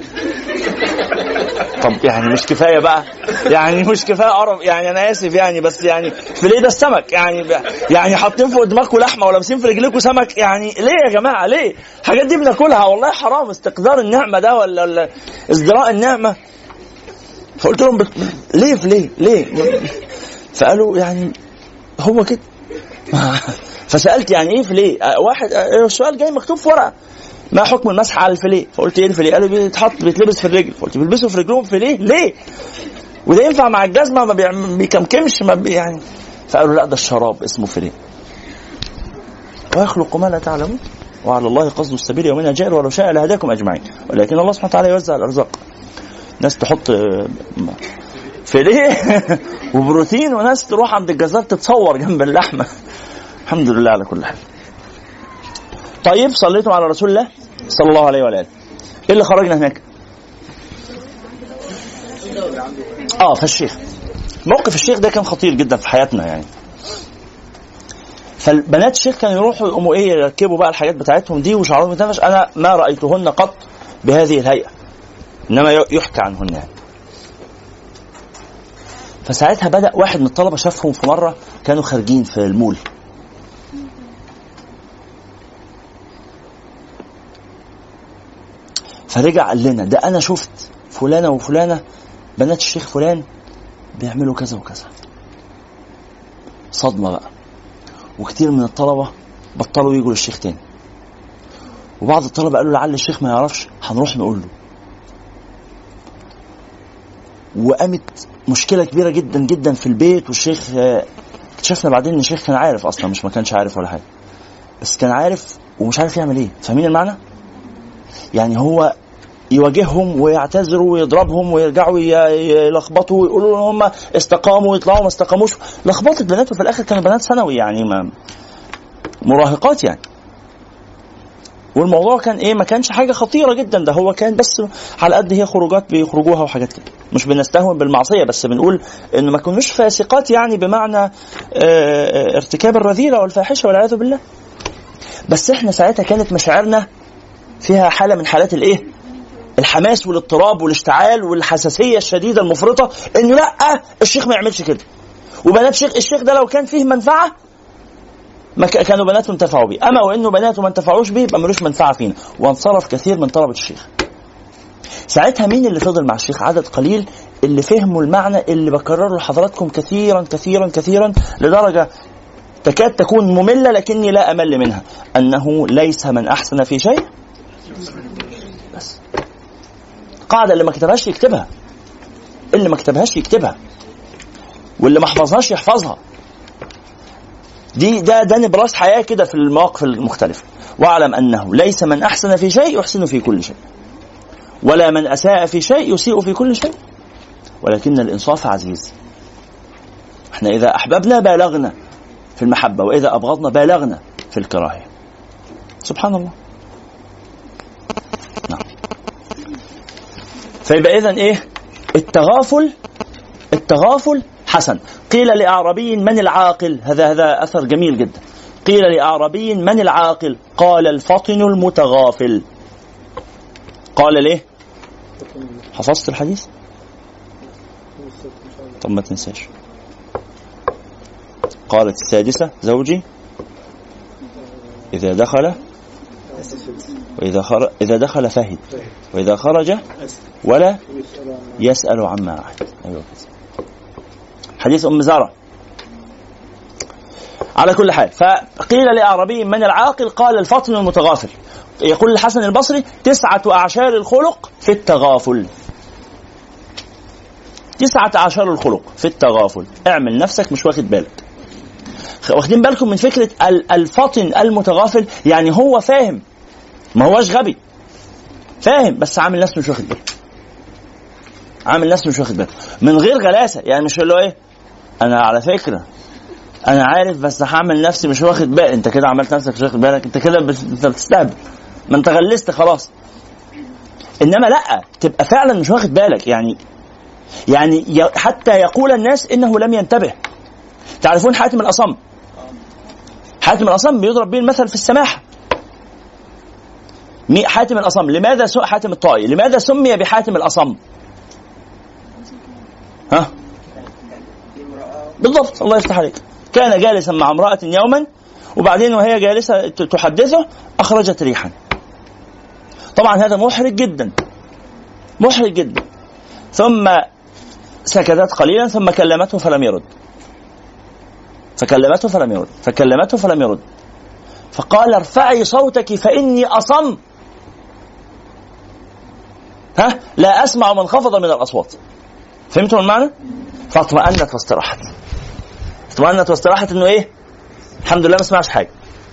طب يعني مش كفايه بقى؟ يعني مش كفايه قرف؟ يعني انا اسف يعني، بس يعني الفيليه ده السمك يعني حاطين فوق دماغكم لحمه ولابسين في رجليكم سمك، يعني ليه يا جماعه؟ ليه الحاجات دي بناكلها؟ والله حرام استقدار النعمه ده ولا ازدراء النعمه. فقلت لهم ليه؟ فقالوا يعني هو كده. فسألت يعني ايه فيليه؟ واحد السؤال جاي مكتوب في ورقه، ما حكم المسح على الفيليه؟ فقلت ايه الفيليه؟ قالوا بيتلبس في الرجل. فقلت بيلبسوا في رجلهم فيليه ليه؟ وده ينفع مع الجزمه ما بيكمكمش يعني. فقالوا لا ده الشراب اسمه فيليه. ويخلق ما لا تعلمون وعلى الله قصد السبيل يومنا جائر ولو شاء لهداكم اجمعين، ولكن الله سبحانه وتعالى يوزع الارزاق. ناس تحط فيليه وبروتين، وناس تروح عند الجزار تتصور جنب اللحمه. الحمد لله على كل حال. طيب صليتم على رسول الله صلى الله عليه وآله. ايه اللي خرجنا هناك؟ فالشيخ، موقف الشيخ ده كان خطير جدا في حياتنا يعني. فالبنات الشيخ كانوا يروحوا يقوموا ايه يركبوا بقى الحاجات بتاعتهم دي وشعرهم يتنفش. انا ما رأيتهن قط بهذه الهيئة، انما يحكى عنهن يعني. فساعتها بدأ واحد من الطلبة شافهم في مرة كانوا خارجين في المول، فرجع قال لنا ده أنا شفت فلانة وفلانة بنات الشيخ فلان بيعملوا كذا وكذا. صدمة بقى، وكتير من الطلبة بطلوا يجوا للشيخ تاني، وبعض الطلبة قالوا لعل الشيخ ما يعرفش هنروح نقول له. وقامت مشكلة كبيرة جدا جدا في البيت. والشيخ اكتشفنا بعدين ان الشيخ كان عارف اصلا، مش ما كانش عارف ولا حاجة، بس كان عارف ومش عارف يعمل ايه. فاهمين المعنى؟ يعني هو يواجههم ويعتذروا ويضربهم ويرجعوا يلخبطوا ويقولوا هم استقاموا ويطلعوا ما استقاموش. لخبطت بناته في الاخر، كانوا بنات ثانوي يعني مراهقات يعني. والموضوع كان ايه؟ ما كانش حاجه خطيره جدا، ده هو كان بس على قد هي خروجات بيخرجوها وحاجات كده. مش بنستهون بالمعصيه، بس بنقول انه ما كانوش فاسقات يعني بمعنى ارتكاب الرذيله والفاحشه والعياذ بالله. بس احنا ساعتها كانت مشاعرنا فيها حاله من حالات الايه؟ الحماس والاضطراب والاشتعال والحساسيه الشديده المفرطه، انه لا الشيخ ما يعملش كده. وبنات الشيخ ده لو كان فيه منفعه ما كانوا بناته انتفعوا بيه، اما وانه بناته ما انتفعوش بيه يبقى ملوش منفعه فينا. وانصرف كثير من طلبه الشيخ. ساعتها مين اللي فضل مع الشيخ؟ عدد قليل اللي فهموا المعنى اللي بكرره لحضراتكم كثيرا كثيرا كثيرا لدرجه تكاد تكون ممله، لكني لا امل منها، انه ليس من احسن في شيء. بس قاعده اللي ما كتبهاش يكتبها، اللي ما كتبهاش يكتبها، واللي ما حفظهاش يحفظها. ده نبراس حياة كده في المواقف المختلفة. واعلم أنه ليس من أحسن في شيء يحسن في كل شيء، ولا من أساء في شيء يسيء في كل شيء، ولكن الإنصاف عزيز. احنا إذا أحببنا بالغنا في المحبة، وإذا أبغضنا بالغنا في الكراهية. سبحان الله. نعم. فيبقى إذن إيه؟ التغافل حسن. قيل لأعرابي من العاقل، هذا أثر جميل جدا. قيل لأعرابي من العاقل؟ قال الفطن المتغافل. قال ليه؟ حفظت الحديث؟ طب ما تنساش. قالت السادسة زوجي إذا دخل إذا دخل فهد، وإذا خرج ولا يسأل عما أحد. أيوة. حديث أم زرع. على كل حال، فقيل لأعرابي من العاقل؟ قال الفطن المتغافل. يقول الحسن البصري 9 أعشار الخلق في التغافل. 9 أعشار الخلق في التغافل. اعمل نفسك مش واخد بالك. واخدين بالكم من فكرة الفطن المتغافل؟ يعني هو فاهم، ما هوش غبي، فاهم بس عامل نفسه مش واخد باله، عامل نفسه مش واخد باله من غير غلاسة. يعني مش اللي هو ايه، انا على فكرة انا عارف بس هعمل نفسي مش واخد بالي. انت كده عملت نفسك مش واخد بالك، انت كده بتستهبل، ما انت غلست خلاص. انما لا، تبقى فعلا مش واخد بالك. يعني حتى يقول الناس انه لم ينتبه. تعرفون حاتم الأصم؟ حاتم الأصم بيضرب به المثل في السماحة. حاتم الأصم لماذا حاتم الطائي لماذا سمي بحاتم الأصم؟ ها بالضبط، الله يفتح عليك. كان جالسا مع امرأة يوما، وبعدين وهي جالسة تحدثه أخرجت ريحا. طبعا هذا محرج جدا، محرج جدا. ثم سكتت قليلا ثم كلمته فلم يرد، فكلمته فلم يرد، فكلمته فلم يرد، فقال ارفعي صوتك فإني أصم، لا أسمع من خفض من الأصوات. فهمتوا المعنى؟ فاطمأنت واستراحت. اطمأنت واستراحت انه ايه؟ الحمد لله ما سمعش حاجة.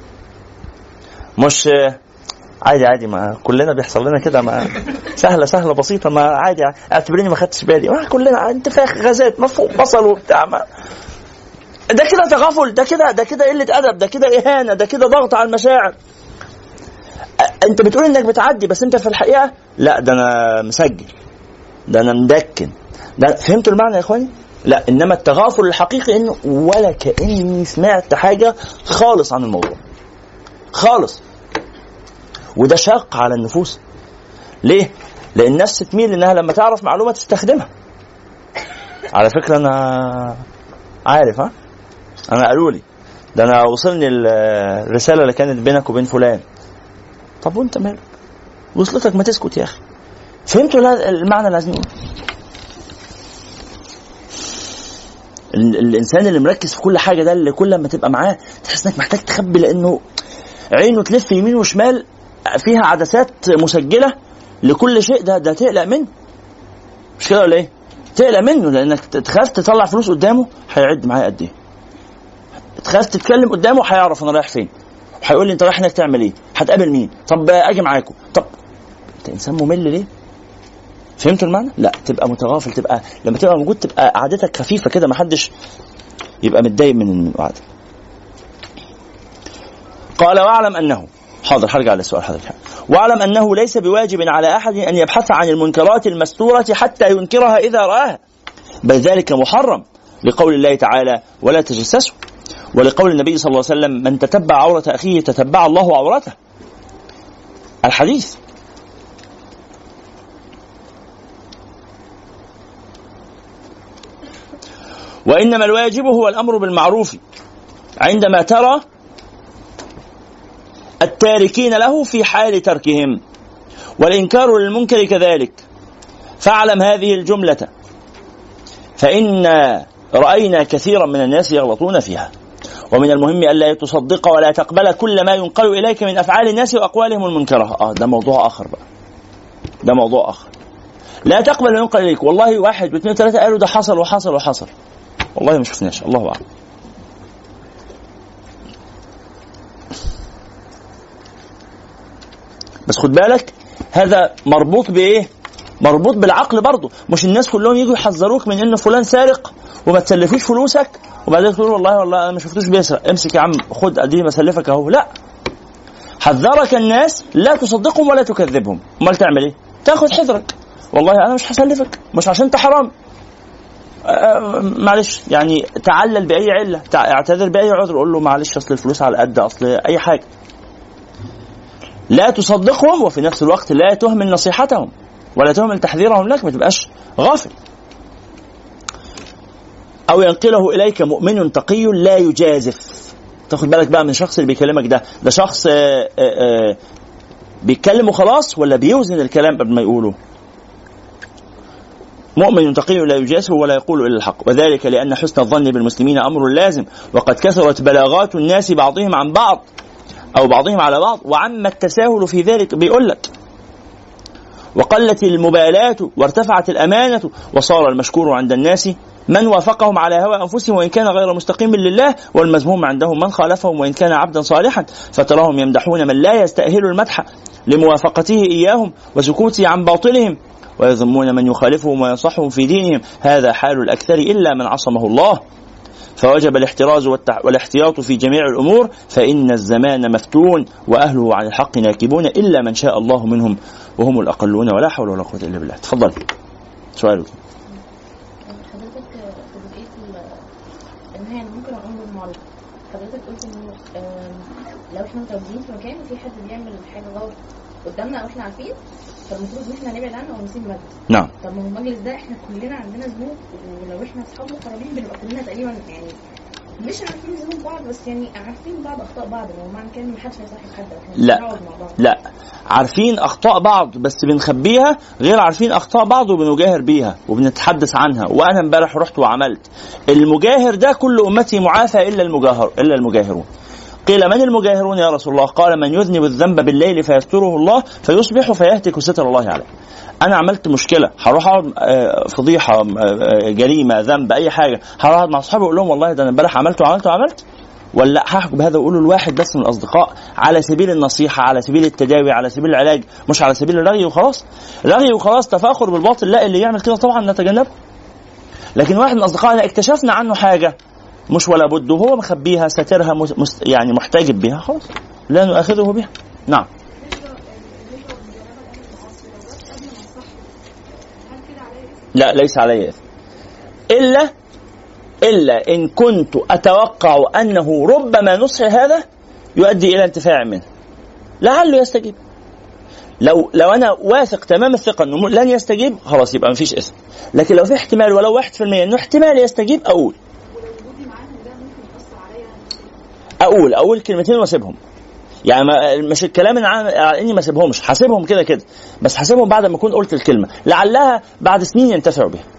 مش عادي، ما كلنا بيحصل لنا كده، ما سهلة بسيطة، ما عادي، اعتبريني ما خدتش بالي، ما كلنا انتفاخ غازات مفهوم بصل وبتاع. ده كده تغافل، ده كده قلة أدب، ده كده إهانة، ده كده ضغط على المشاعر. انت بتقول انك بتعدي بس انت في الحقيقة لا، ده انا مسجل، ده انا مدكن، ده. فهمتوا المعنى يا اخواني؟ لا، انما التغافل الحقيقي انه ولا كأني سمعت حاجة خالص عن الموضوع خالص. وده شاق على النفوس. ليه؟ لان النفس تميل انها لما تعرف معلومة تستخدمها. على فكرة انا عارف، انا قالوا لي ده، انا وصلني الرسالة اللي كانت بينك وبين فلان. طب وانت مالك؟ وصلتك ما تسكت يا اخي. فهمتوا المعنى اللي عايزين نقوله؟ الانسان اللي مركز في كل حاجه ده، اللي كل ما تبقى معاه تحس انك محتاج تخبي، لانه عينه تلف يمين وشمال فيها عدسات مسجله لكل شيء. ده تقلق منه، مش كده ولا ايه؟ تقلق منه، لانك تخاف تطلع فلوس قدامه هيعد معايا قد ايه، تخاف تتكلم قدامه هيعرف انا رايح فين، هيقول لي انت رايح هناك تعمل ايه، هتقابل مين، طب اجي معاكم. طب انت انسان ممل ليه؟ فهمتوا المعنى؟ لا، تبقى متغافل، تبقى لما تبقى موجود تبقى قعدتك خفيفة كده، ما حدش يبقى متضايق من القعدة. قال واعلم أنه، حاضر هرجع للسؤال حضرتك، واعلم أنه ليس بواجب على أحد أن يبحث عن المنكرات المستورة حتى ينكرها إذا رآها، بل ذلك محرم، لقول الله تعالى ولا تجسسوا، ولقول النبي صلى الله عليه وسلم من تتبع عورة أخيه تتبع الله عورته، الحديث. وإنما الواجب هو الأمر بالمعروف عندما ترى التاركين له في حال تركهم، والإنكار للمنكر كذلك. فاعلم هذه الجملة فإن رأينا كثيرا من الناس يغلطون فيها، ومن المهم ألا تصدق ولا تقبل كل ما ينقل إليك من أفعال الناس وأقوالهم المنكرة. ده موضوع آخر بقى، ده موضوع آخر. لا تقبل ما ينقل إليك. والله 1 و2 و3 قالوا ده حصل وحصل وحصل، والله ما شفناش، الله أعلم. بس خد بالك هذا مربوط بإيه؟ مربوط بالعقل برضو. مش الناس كلهم يجوا يحذروك من إن فلان سارق وما تسلفوش فلوسك وبعدين تقول والله أنا ما شفتوش بيسرق، امسك يا عم خد أديه مسلفك أهو. لا، حذرك الناس لا تصدقهم ولا تكذبهم. امال تعمل إيه؟ تاخد حذرك، والله أنا مش هسلفك، مش عشان أنت حرام، معلش يعني تعلل بأي علة، اعتذر بأي عذر، قول له معلش أصل الفلوس على قد، أصل أي حاجة. لا تصدقهم وفي نفس الوقت لا تهمل نصيحتهم ولا تهمل تحذيرهم لك، ما تبقاش غافل. أو ينقله إليك مؤمن تقي لا يجازف. تاخد بالك بقى من الشخص اللي بيكلمك ده شخص بيتكلم وخلاص ولا بيوزن الكلام قبل ما يقوله. مؤمن تقي لا يجاسر ولا يقول إلا الحق، وذلك لأن حسن الظن بالمسلمين أمر لازم، وقد كثرت بلاغات الناس بعضهم عن بعض أو بعضهم على بعض، وعم التساهل في ذلك. بيقول لك وقلت المبالاة وارتفعت الأمانة، وصار المشكور عند الناس من وافقهم على هوى أنفسهم وإن كان غير مستقيم لله، والمذموم عندهم من خالفهم وإن كان عبدا صالحا، فتراهم يمدحون من لا يستأهل المدح لموافقته إياهم وسكوته عن باطلهم، ويذمون من يخالفهم وينصحهم في دينهم. هذا حال الأكثر إلا من عصمه الله، فوجب الاحتراز والاحتياط في جميع الأمور، فإن الزمان مفتون وأهله عن الحق ناكبون إلا من شاء الله منهم وهم الأقلون، ولا حول ولا قوة إلا بالله. تفضل سؤالك. حضرتك في جزئية النهاية ممكن أقوم بالمعروف، حضرتك قلت إنه لو إحنا متواجدين في مكان وفي حد بيعمل حاجة غلط قدامنا أو إحنا عارفين، فالمفروض إن إحنا نبعد عنه أو نسيب مجلس. نعم. طب ما هو المجلس ده إحنا كلنا عندنا ذنوب، ولو إحنا أصحاب مقربين بنبقى كلنا تقريبا يعني مش عارفين ذنوب بعض، بس يعني عارفين بعض أخطاء بعض، لو معنى كان محدش هيصاحب حد أو إحنا لا بنقعد مع بعض. لا، عارفين أخطاء بعض بس بنخبيها، غير عارفين أخطاء بعض وبنجاهر بيها وبنتحدث عنها. وأنا امبارح رحت وعملت المجاهر ده كل أمتي معافى إلا المجاهرون. قيل من المجاهرون يا رسول الله؟ قال من يذنب الذنب بالليل فيستره الله فيصبح فيهتك ستر الله عليه. أنا عملت مشكلة، هروح أقعد فضيحة، جريمة، ذنب، أي حاجة، هروح أقعد مع أصحابي أقول لهم والله ده أنا امبارح عملت، ولا هحكم بهذا وأقوله الواحد بس من الأصدقاء على سبيل النصيحة، على سبيل التداوي، على سبيل العلاج، مش على سبيل الرغي وخلاص. رغي وخلاص، تفاخر بالباطل، لا، اللي يعمل كده طبعا نتجنبه. لكن واحد من أصدقائنا اكتشفنا عنه حاجة مش ولا بد وهو مخبيها ساترها يعني محتاجب بها، خلاص لا نؤاخذه بها. نعم. لا، ليس عليه إلا إن كنت أتوقع أنه ربما نصح هذا يؤدي إلى انتفاع منه، لعله يستجيب. لو أنا واثق تمام الثقة أنه لن يستجيب، خلاص يبقى مفيش اسم. لكن لو في احتمال ولو 1% أنه احتمال يستجيب، أقول كلمتين واسيبهم. يعني مش الكلام على إني ما سيبهمش، حاسبهم كده، بس حاسبهم بعد ما أكون قلت الكلمة، لعلها بعد سنين ينتفعوا بها.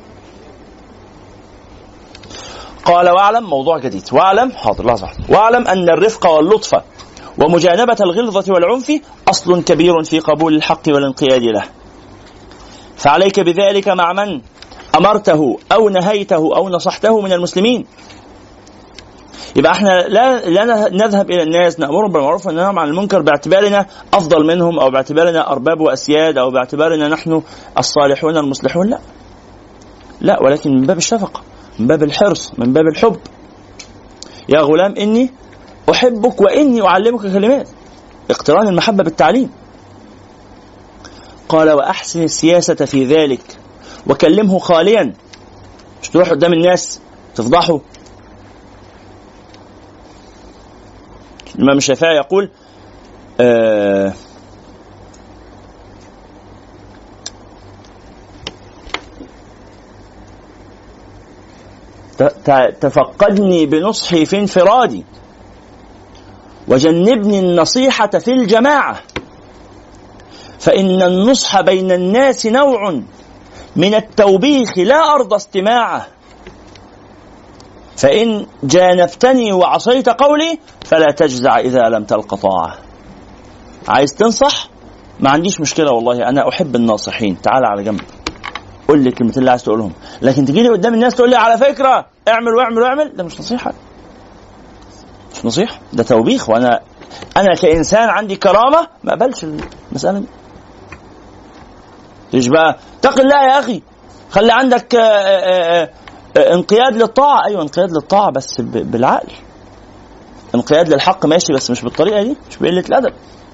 قال واعلم، موضوع جديد، واعلم، حاضر لحظة، واعلم أن الرفق واللطف ومجانبة الغلظة والعنف أصل كبير في قبول الحق والانقياد له، فعليك بذلك مع من أمرته أو نهيته أو نصحته من المسلمين. يبقى احنا لا نذهب إلى الناس نأمرهم بالمعروف وننهاهم عن المنكر باعتبارنا أفضل منهم أو باعتبارنا أرباب وأسياد أو باعتبارنا نحن الصالحون المصلحون، لا، ولكن من باب الشفقة، من باب الحرص، من باب الحب. يا غلام إني أحبك وإني أعلمك كلمات، اقتران المحبة بالتعليم. قال وأحسن السياسة في ذلك وكلمه خاليا، مش تروح قدام الناس تفضحه. الإمام الشافعي يقول تفقدني بنصحي في انفرادي وجنبني النصيحة في الجماعة، فإن النصح بين الناس نوع من التوبيخ لا أرضى استماعه، فإن جانبتني وعصيت قولي فلا تجزع إذا لم تلق طاعة. عايز تنصح؟ ما عنديش مشكلة، والله أنا أحب الناصحين، تعال على جنب قل لي كلمتين اللي عايز تقولهم. لكن تجيلي قدام الناس تقول لي على فكرة اعمل واعمل واعمل، ده مش نصيحة، مش نصيحة، ده توبيخ. وأنا كإنسان عندي كرامة ما أقبلش المسألة دي. ليش بقى؟ اتق الله يا أخي، خلي عندك انقياد للطاعة. أيوة انقياد للطاعة بس بالعقل، انقياد للحق ماشي بس مش بالطريقة دي، مش بقلة الأدب.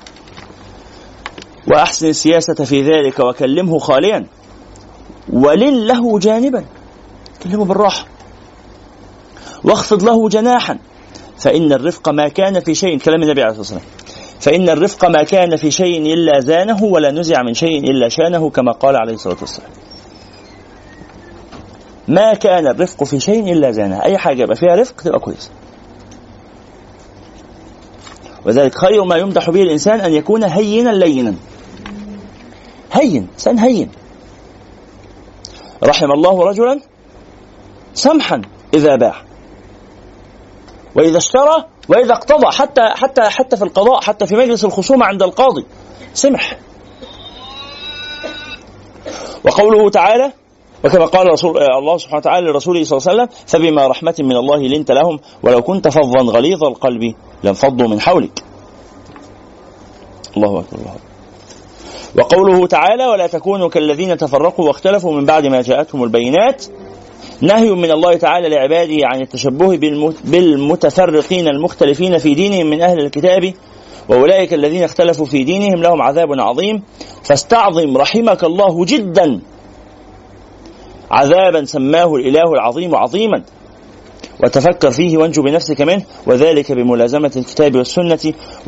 وأحسن السياسة في ذلك وكلمه خاليا ولن له جانبا، كلمه بالراحة، واخفض له جناحا، فإن الرفق ما كان في شيء، كلام النبي عليه الصلاة والسلام، فإن الرفق ما كان في شيء إلا زانه ولا نزع من شيء إلا شانه، كما قال عليه الصلاة والسلام. ما كان الرفق في شيء إلا زانه، أي حاجة يبقى فيها رفق تبقى كويس. وذلك خير ما يمدح به الإنسان أن يكون هينا لينا، هين، إنسان هين. رحم الله رجلا سمحا إذا باع وإذا اشترى وإذا اقتضى، حتى في القضاء، حتى في مجلس الخصومة عند القاضي سمح. وقوله تعالى وكما قال الله سبحانه وتعالى لرسوله صلى الله عليه وسلم فبما رحمة من الله لنت لهم ولو كنت فظا غليظ القلب لانفضوا من حولك. الله أكبر الله. وقوله تعالى ولا تكونوا كالذين تفرقوا واختلفوا من بعد ما جاءتهم البينات نهي من الله تعالى لعباده عن التشبه بالمتفرقين المختلفين في دينهم من أهل الكتاب وأولئك الذين اختلفوا في دينهم لهم عذاب عظيم فاستعظم رحمك الله جدا عذابا سماه الإله العظيم عظيما وتفكر فيه وانجو بنفسك منه وذلك بملازمة الكتاب والسنة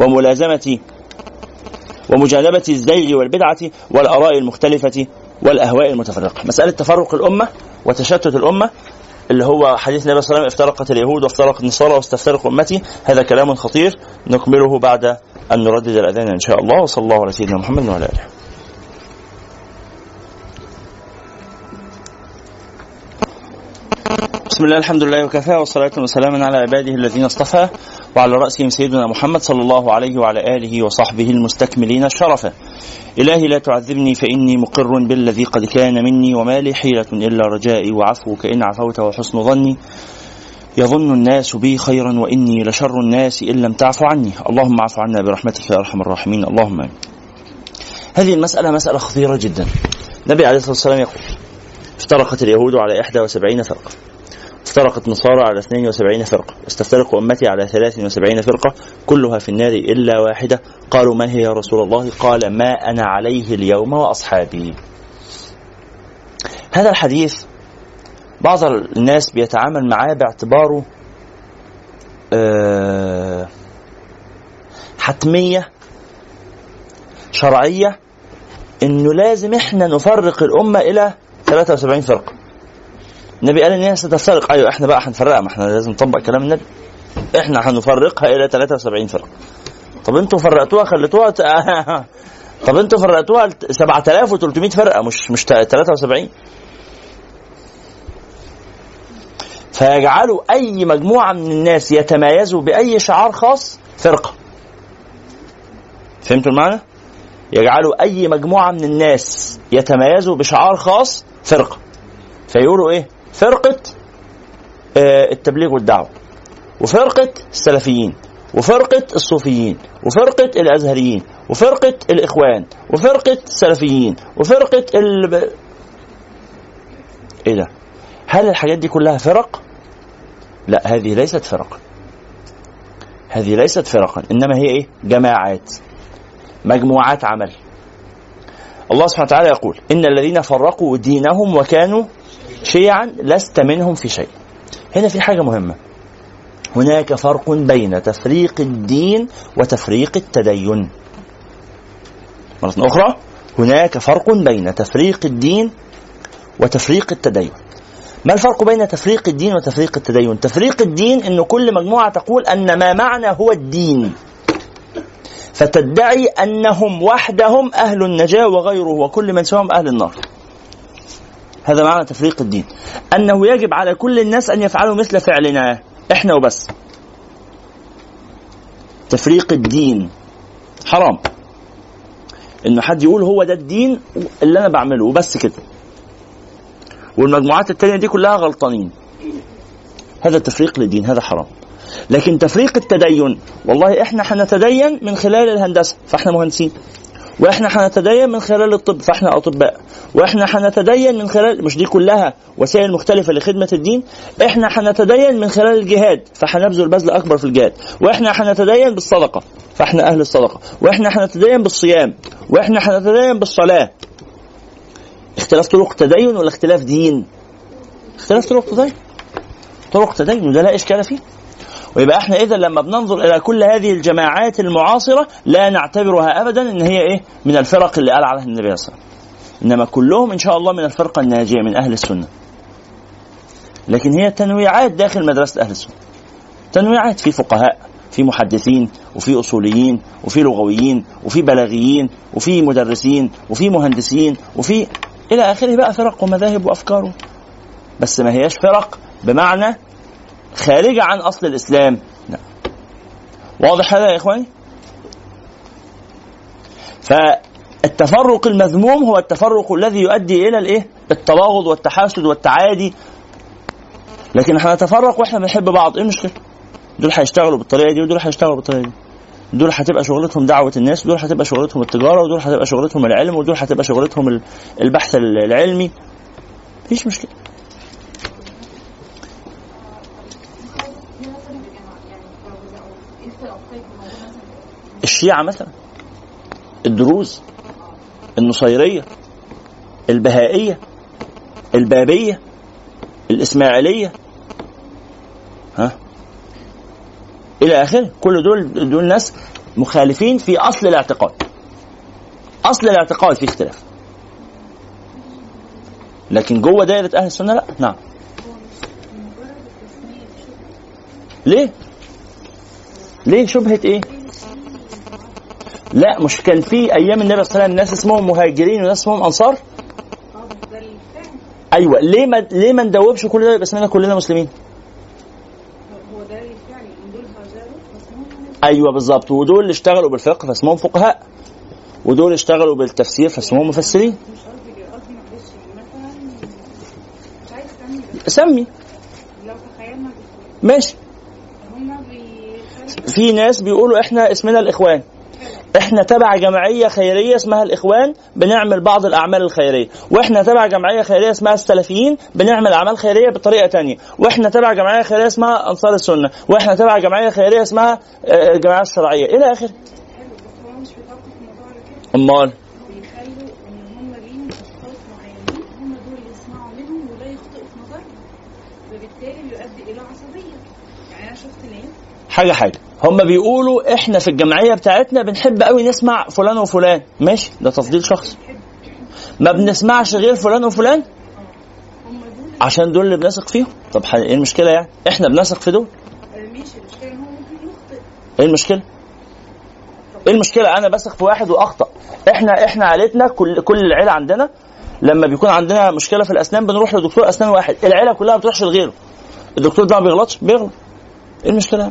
ومجانبة الزيغ والبدعة والآراء المختلفة والأهواء المتفرقة. مسألة تفرق الأمة وتشتت الأمة اللي هو حديث النبي صلى الله عليه وسلم افترقت اليهود وافترقت النصارى واستفترق أمتي، هذا كلام خطير نكمله بعد أن نردد الأذان إن شاء الله. وصلى الله على سيدنا محمد وعلى آله. بسم الله الحمد لله وكفى والصلاة والسلام على عباده الذين اصطفى وعلى رأسهم سيدنا محمد صلى الله عليه وعلى آله وصحبه المستكملين الشرفة. إلهي لا تعذبني فإني مقر بالذي قد كان مني وما لي حيلة إلا رجائي وعفوك إن عفوت وحسن ظني يظن الناس بي خيرا وإني لشر الناس إن لم تعفو عني اللهم عفو عنا برحمتك يا أرحم الراحمين اللهم آمين. هذه المسألة مسألة خطيرة جدا. النبي عليه الصلاة والسلام يقول افترقت اليهود على 71 فرقة افترقت نصارى على 72 فرقة استفترق أمتي على 73 فرقة كلها في النار إلا واحدة قالوا ما هي يا رسول الله قال ما أنا عليه اليوم وأصحابي. هذا الحديث بعض الناس بيتعامل معاه باعتباره حتمية شرعية إنه لازم إحنا نفرق الأمة إلى 73 فرقة. النبي قال ان هي ستفترق، ايوه احنا بقى هنفرقها، ما احنا لازم نطبق كلام النبي، احنا هنفرقها الى 73 فرقه. طب انتوا فرقتوها خليتوها طب انتوا فرقتوها 7300 فرقه مش 73. فيجعلوا اي مجموعه من الناس يتميزوا باي شعار خاص فرقه. فهمتوا المعنى؟ يجعلوا اي مجموعه من الناس يتميزوا بشعار خاص فرقه، فيقولوا ايه؟ فرقة التبليغ والدعوة، وفرقة السلفيين، وفرقة الصوفيين، وفرقة الأزهريين، وفرقة الإخوان، وفرقة السلفيين، وفرقة ايه ده؟ هل الحاجات دي كلها فرق؟ لا، هذه ليست فرق، هذه ليست فرقا، إنما هي ايه؟ جماعات، مجموعات عمل. الله سبحانه وتعالى يقول إن الذين فرقوا دينهم وكانوا شيعا لست منهم في شيء. هنا في حاجة مهمة، هناك فرق بين تفريق الدين وتفريق التدين. مرة أخرى، هناك فرق بين تفريق الدين وتفريق التدين. ما الفرق بين تفريق الدين وتفريق التدين؟ تفريق الدين إن كل مجموعة تقول أن ما معنى هو الدين، فتدعي أنهم وحدهم أهل النجاة وغيره وكل من سواهم أهل النار. هذا معنى تفريق الدين، أنه يجب على كل الناس أن يفعلوا مثل فعلنا إحنا وبس. تفريق الدين حرام، إنه حد يقول هو ده الدين اللي أنا بعمله وبس كده، والمجموعات التانية دي كلها غلطانين. هذا تفريق للدين، هذا حرام. لكن تفريق التدين، والله إحنا حنتدين من خلال الهندسة فإحنا مهندسين، وإحنا حنتدين من خلال الطب فإحنا أطباء، وإحنا حنتدين من خلال، مش دي كلها وسائل مختلفة لخدمة الدين، إحنا حنتدين من خلال الجهاد فحنبذل بذل أكبر في الجهاد، وإحنا حنتدين بالصدقة فإحنا أهل الصدقة، وإحنا حنتدين بالصيام، وإحنا حنتدين بالصلاة. اختلاف طرق تدين ولا اختلاف دين؟ اختلاف طرق تدين، طرق تدين، وده لا إشكال فيه. ويبقى احنا اذا لما بننظر الى كل هذه الجماعات المعاصرة لا نعتبرها ابدا ان هي ايه؟ من الفرق اللي قال عليها النبي صلى الله عليه وسلم، انما كلهم ان شاء الله من الفرقة الناجية من اهل السنة. لكن هي تنويعات داخل مدرسة اهل السنة، تنويعات، في فقهاء، في محدثين، وفي اصوليين، وفي لغويين، وفي بلاغيين، وفي مدرسين، وفي مهندسين، وفي الى اخره بقى، فرق ومذاهب وافكار، بس ما هياش فرق بمعنى خارجة عن اصل الاسلام. لا. واضح هذا يا اخواني؟ فالتفرق المذموم هو التفرق الذي يؤدي الى الايه؟ التباغض والتحاسد والتعادي. لكن احنا نتفرق واحنا بنحب بعض، ايه المشكله؟ دول هيشتغلوا بالطريقه دي ودول هيشتغلوا بالطريقه دي، دول هتبقى شغلتهم دعوه الناس ودول هتبقى شغلتهم التجاره ودول هتبقى شغلتهم العلم ودول هتبقى شغلتهم البحث العلمي، مفيش مشكله. الشيعة مثلا، الدروز، النصيرية، البهائية، البابية، الإسماعيلية، إلى آخره، كل دول ناس مخالفين في أصل الاعتقاد. أصل الاعتقاد فيه اختلاف، لكن جوه دائرة أهل السنة لا. نعم. ليه شبهة إيه؟ لا، مش كان في أيام النبي صلى الله عليه وسلم ناس اسمهم مهاجرين وناس اسمهم أنصار؟ أيوة. ليه ما ندوبش كل ده يبقى اسمنا كلنا مسلمين؟ ايوه بالظبط. ودول اللي اشتغلوا بالفقه فاسمهم فقهاء، ودول اشتغلوا بالتفسير فاسمهم مفسرين. سمي ماشي. في ناس بيقولوا احنا اسمنا الاخوان، احنا تبع جمعية خيرية اسمها الاخوان بنعمل بعض الاعمال الخيرية، واحنا تبع جمعية خيرية اسمها السلفيين بنعمل اعمال خيرية بطريقة تانية، واحنا تبع جمعية خيرية اسمها انصار السنة، واحنا تبع جمعية خيرية اسمها الجماعة الشرعية الى اخره. امال حاجة هم بيقولوا احنا في الجمعية بتاعتنا بنحب قوي نسمع فلان وفلان، ماشي، ده تفضيل شخص. ما بنسمعش غير فلان وفلان عشان دول اللي بنثق فيهم. طب ايه المشكلة يعني؟ احنا بنثق في دول. ايه المشكلة؟ ايه المشكلة انا بثق في واحد واخطأ؟ احنا عائلتنا كل العيلة عندنا لما بيكون عندنا مشكلة في الاسنان بنروح لدكتور اسنان واحد، العيلة كلها ما بتروحش لغيره. الدكتور ده ما بيغلطش؟ بيغلط. ايه المشكلة؟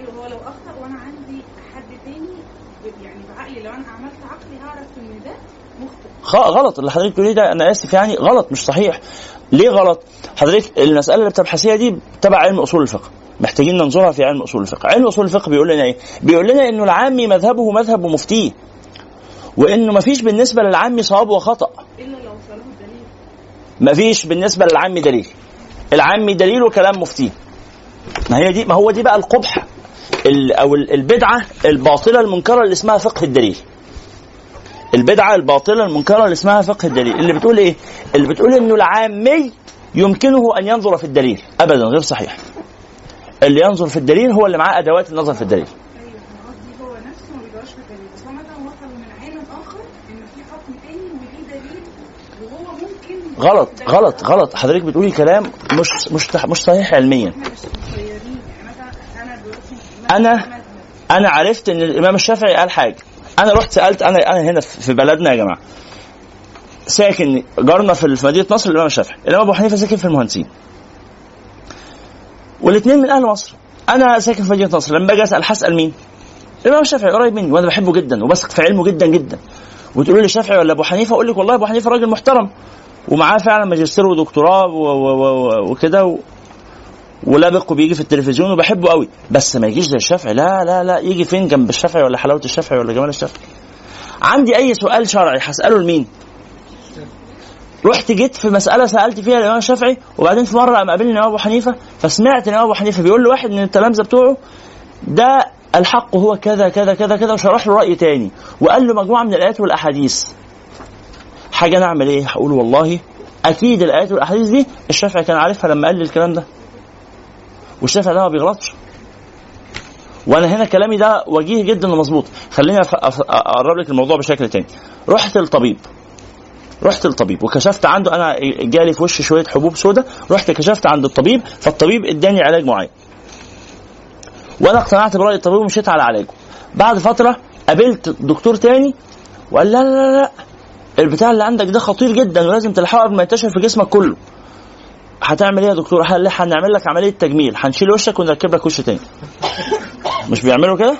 غلط اللي حضرتك تقوليه ده، انا اسف يعني غلط مش صحيح. ليه غلط؟ حضرتك المساله اللي بتبحثيها دي تبع علم اصول الفقه، محتاجين ننظرها في علم اصول الفقه. علم اصول الفقه بيقول لنا ايه؟ بيقول لنا انه العامي مذهبه مذهب مفتيه، وانه مفيش بالنسبه للعامي صواب وخطا الا لو صلاه الدليل. مفيش بالنسبه للعامي دليل، العامي دليل وكلام مفتيه. ما هو دي بقى القبح او البدعه الباطله المنكره اللي اسمها فقه الدليل. البدعة الباطلة المنكرة اللي اسمها فقه الدليل، اللي بتقول ايه؟ اللي بتقول انه العامي يمكنه ان ينظر في الدليل. ابدا غير صحيح. اللي ينظر في الدليل هو اللي معاه ادوات النظر في الدليل. هو نفسه ما بيدورش في الدليل، بس هو مثلا وصل من عالم اخر ان في حكم تاني وليه دليل وهو ممكن غلط. حضرتك بتقولي كلام مش صحيح علميا. انا عرفت ان الامام الشافعي قال حاجة، انا رحت سالت، انا هنا في بلدنا يا جماعه ساكن جارنا في مدينه نصر الامام الشافعي، الامام ابو حنيفه ساكن في المهندسين، والاثنين من اهل مصر. انا ساكن في مدينه نصر، لما باجي اسال هسال مين؟ الامام الشافعي قريب مني وانا بحبه جدا وبثق في علمه جدا جدا. وتقولوا لي الشافعي ولا ابو حنيفه؟ اقول لك والله ابو حنيفه راجل محترم ومعاه فعلا ماجستير ودكتوراه وكده ولابق وبيجي في التلفزيون وبحبه قوي، بس ما يجيش زي الشافعي. لا يجي فين جنب الشافعي ولا حلاوه الشافعي ولا جمال الشافعي. عندي اي سؤال شرعي هساله لمين؟ رحت جيت في مساله سالت فيها الامام الشافعي، وبعدين في مره قام قابلني ابو حنيفه، فسمعت ان ابو حنيفه بيقول لواحد من التلامذه بتوعه ده الحق هو كذا كذا كذا كذا، وشرح له راي تاني وقال له مجموعه من الايات والاحاديث. حاجه نعمل ايه؟ هقول والله اكيد الايات والاحاديث دي الشافعي كان عارفها لما قال لي الكلام ده، والشافعي ده ما بيغلطش. وانا هنا كلامي ده وجيه جدا ومظبوط. خليني اقرب لك الموضوع بشكل تاني. رحت الطبيب وكشفت عنده، انا جالي في وشي شويه حبوب سوداء، رحت كشفت عند الطبيب، فالطبيب اداني علاج معين وانا اقتنعت براي الطبيب ومشيت على علاجه. بعد فتره قابلت دكتور تاني وقال لا البتاع اللي عندك ده خطير جدا ولازم تلحقه قبل ما ينتشر في جسمك كله. هتعمل ايه يا دكتور؟ هنعمل لك عمليه تجميل، هنشيل وشك ونركب لك وش تاني. مش بيعملوا كده؟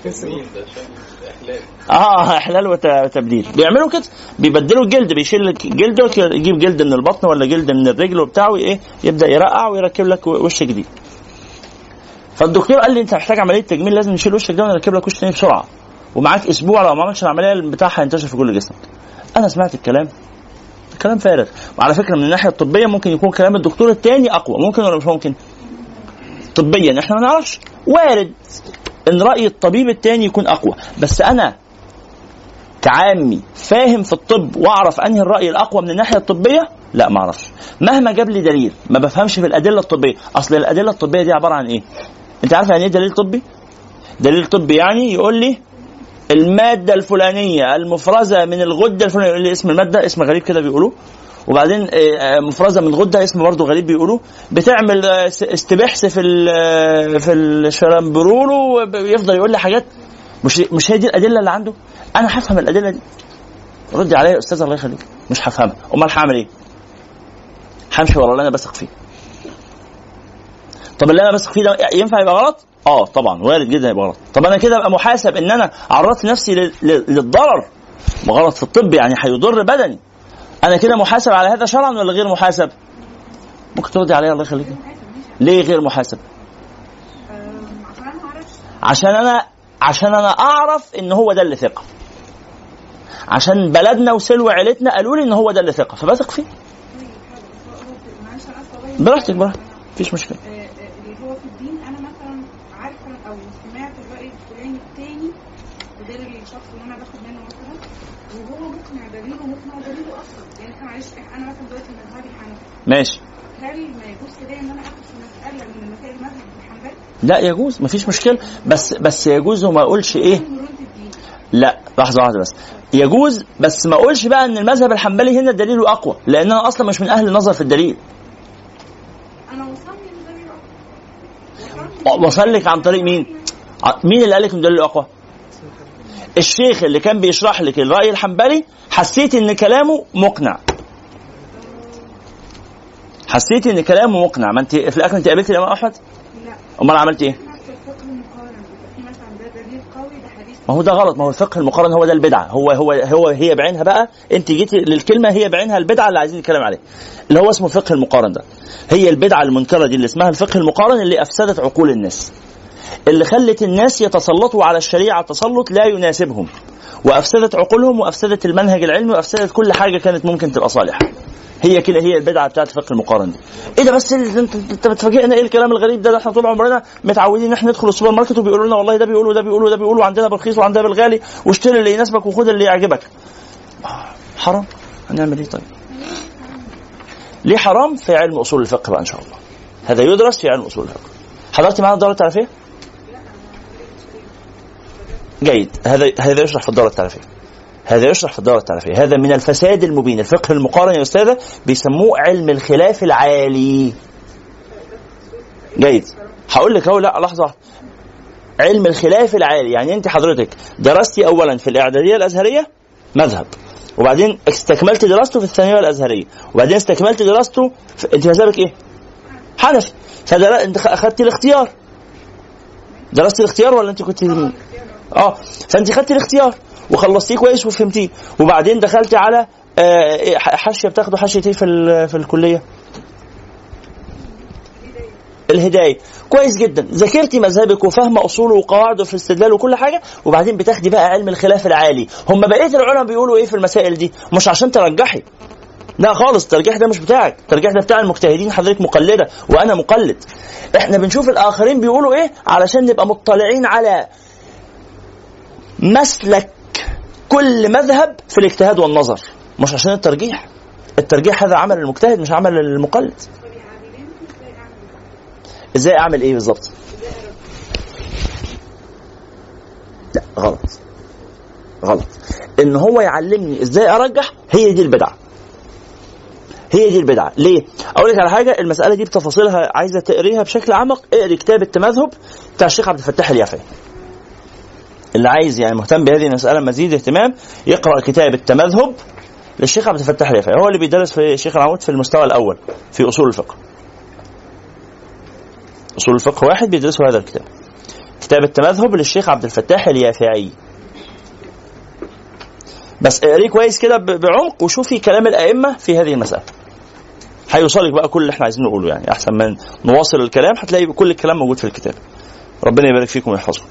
احلال وتبديل بيعملوا كده، بيبدلوا الجلد، بيشيل جلده يجيب جلد من البطن ولا جلد من الرجل وبتاعه ايه، يبدا يرقع ويركب لك وش جديد. فالدكتور قال لي انت محتاج عمليه تجميل، لازم نشيل وشك ده ونركب لك وش تاني بسرعه، ومعاك اسبوع لو ما عملتش العمليه بتاعها هينتشر في كل جسمك. انا سمعت الكلام فارغ. وعلى فكره من الناحيه الطبيه ممكن يكون كلام الدكتور التاني اقوى، ممكن ولا مش ممكن؟ طبيا احنا ما نعرفش، وارد ان راي الطبيب التاني يكون اقوى، بس انا كعامي فاهم في الطب واعرف انهي الراي الاقوى من الناحيه الطبيه؟ لا ما اعرفش، مهما جاب لي دليل ما بفهمش في الادله الطبيه. اصل الادله الطبيه دي عباره عن ايه؟ انت عارف يعني ايه دليل طبي؟ دليل طبي يعني يقول لي الماده الفلانيه المفرزه من الغده الفلانيه، يقول لي اسم الماده، اسم غريب كده بيقولوه، وبعدين مفرزه من غده اسم برضه غريب بيقولوه، بتعمل استبحث في الشرمبرول، ويفضل يقول لي حاجات مش هي دي الادله اللي عنده. انا هفهم الادله دي؟ ردي عليا يا استاذ الله يخليك، مش هفهمها. امال هعمل ايه؟ همشي ورا اللي انا بثق فيه. طب اللي انا بثق فيه ده ينفع يبقى غلط؟ طبعا وارد جدا يبقى غلط. طب انا كده ابقى محاسب ان انا عرضت نفسي للضرر، غلط في الطب يعني هيضر بدني، انا كده محاسب على هذا شرعا ولا غير محاسب؟ ممكن تردي عليا الله يخليك؟ ليه غير محاسب؟ عشان انا اعرف ان هو ده اللي ثقه، عشان بلدنا وسلوى عيلتنا قالوا لي ان هو ده اللي ثقه فبثق فيه. براحتك مفيش مشكله. اللي هو في الدين انا مثلا عارفه او سمعت الراي الفلاني الثاني غير الشخص اللي انا باخد منه مثلا، وهو مقنع دليله اصلا، يعني معلش انا مثلا دلوقتي مذهبي حنفي ماشي، هل ما يجوز كده ان انا اخد في مساله من المسائل المذهب الحنبلي؟ لا يجوز، مفيش مشكله، بس يجوز وما اقولش ايه. لا لحظه واحده بس، يجوز بس ما اقولش بقى ان المذهب الحنبلي هنا دليله اقوى، لان انا اصلا مش من اهل النظر في الدليل. انا وصل لك عن طريق مين اللي قال لك ان دليله اقوى؟ الشيخ اللي كان بيشرح لك الراي الحنبلي، حسيت ان كلامه مقنع، حسيت ان كلامه مقنع. ما انت في الاخر انت قابلت الامام احمد؟ لا. امال عملت ايه؟ ما هو ده غلط، ما هو الفقه المقارن هو ده البدعه، هي بعينها بقى، انت جيتي للكلمه هي بعينها البدعه اللي عايزين نتكلم عليها، اللي هو اسمه الفقه المقارن ده. هي البدعه المنكره دي اللي اسمها الفقه المقارن، اللي افسدت عقول الناس، اللي خلت الناس يتسلطوا على الشريعه تسلط لا يناسبهم، وافسدت عقولهم، وافسدت المنهج العلمي، وافسدت كل حاجه كانت ممكن تبقى صالحه. هي كده، هي البدعه بتاعت الفقه المقارن دي. ايه ده بس انت بتفاجئنا ايه الكلام الغريب ده؟ احنا طول عمرنا متعودين ان احنا ندخل السوبر ماركت وبيقولوا لنا والله ده بيقولوا ده بيقولوا ده بيقولوا، عندنا بالرخيص وعندنا بالغالي، واشتري اللي يناسبك وخد اللي يعجبك. حرام. هنعمل ايه طيب؟ ليه حرام؟ في علم اصول الفقه بقى ان شاء الله، هذا يدرس في علم اصول الفقه. حضرتي معنا الدوره التعريفيه؟ جيد، هذا يشرح في الدوره التعريفيه، هذا يشرح في الدورة التعريفية. هذا من الفساد المبين. الفقه المقارن يا أستاذة بيسموه علم الخلاف العالي. جيد، هقول لك أهو. لا لحظة، علم الخلاف العالي يعني أنت حضرتك درستي أولا في الإعدادية الأزهرية مذهب، وبعدين استكملت دراسته في الثانوية الأزهرية، وبعدين استكملت دراسته أنت مذهبك إيه؟ حنفي. أنت أخذت الاختيار، درست الاختيار ولا أنت كنت فأنت أخذت الاختيار وخلصتيه كويس وفهمتيه، وبعدين دخلت على حاشيه. بتاخدوا حاشيه ايه في الكليه؟ الهدايه. كويس جدا، ذاكرتي مذهبك وفاهمه اصوله وقواعده في الاستدلال وكل حاجه، وبعدين بتاخدي بقى علم الخلاف العالي. هم بقيه العلماء بيقولوا ايه في المسائل دي؟ مش عشان ترجحي، لا خالص، الترجيح ده مش بتاعك، الترجيح ده بتاع المجتهدين. حضرتك مقلده وانا مقلد. احنا بنشوف الاخرين بيقولوا ايه علشان نبقى مطلعين على مسلك كل مذهب في الاجتهاد والنظر، مش عشان الترجيح. الترجيح هذا عمل المجتهد مش عمل المقلد. ازاي اعمل ايه بالظبط؟ لا غلط ان هو يعلمني ازاي ارجح. هي دي البدعه. ليه؟ اقول لك على حاجه، المساله دي بتفاصيلها عايزه تقريها بشكل اعمق. اقري كتاب التمذهب بتاع الشيخ عبد الفتاح اليافعي. اللي عايز يعني مهتم بهذه المسألة مزيد اهتمام يقرأ كتاب التمذهب للشيخ عبد الفتاح اليافعي، هو اللي بيدرس في الشيخ العمود في المستوى الأول في أصول الفقه. أصول الفقه واحد بيدرسوا هذا الكتاب، كتاب التمذهب للشيخ عبد الفتاح اليافعي. بس اقريه كويس كده بعمق وشوفي كلام الأئمة في هذه المسألة، هيوصلك بقى كل اللي احنا عايزين نقوله. يعني أحسن من نواصل الكلام هتلاقي كل الكلام موجود في الكتاب. ربنا يبارك فيكم ويحفظكم.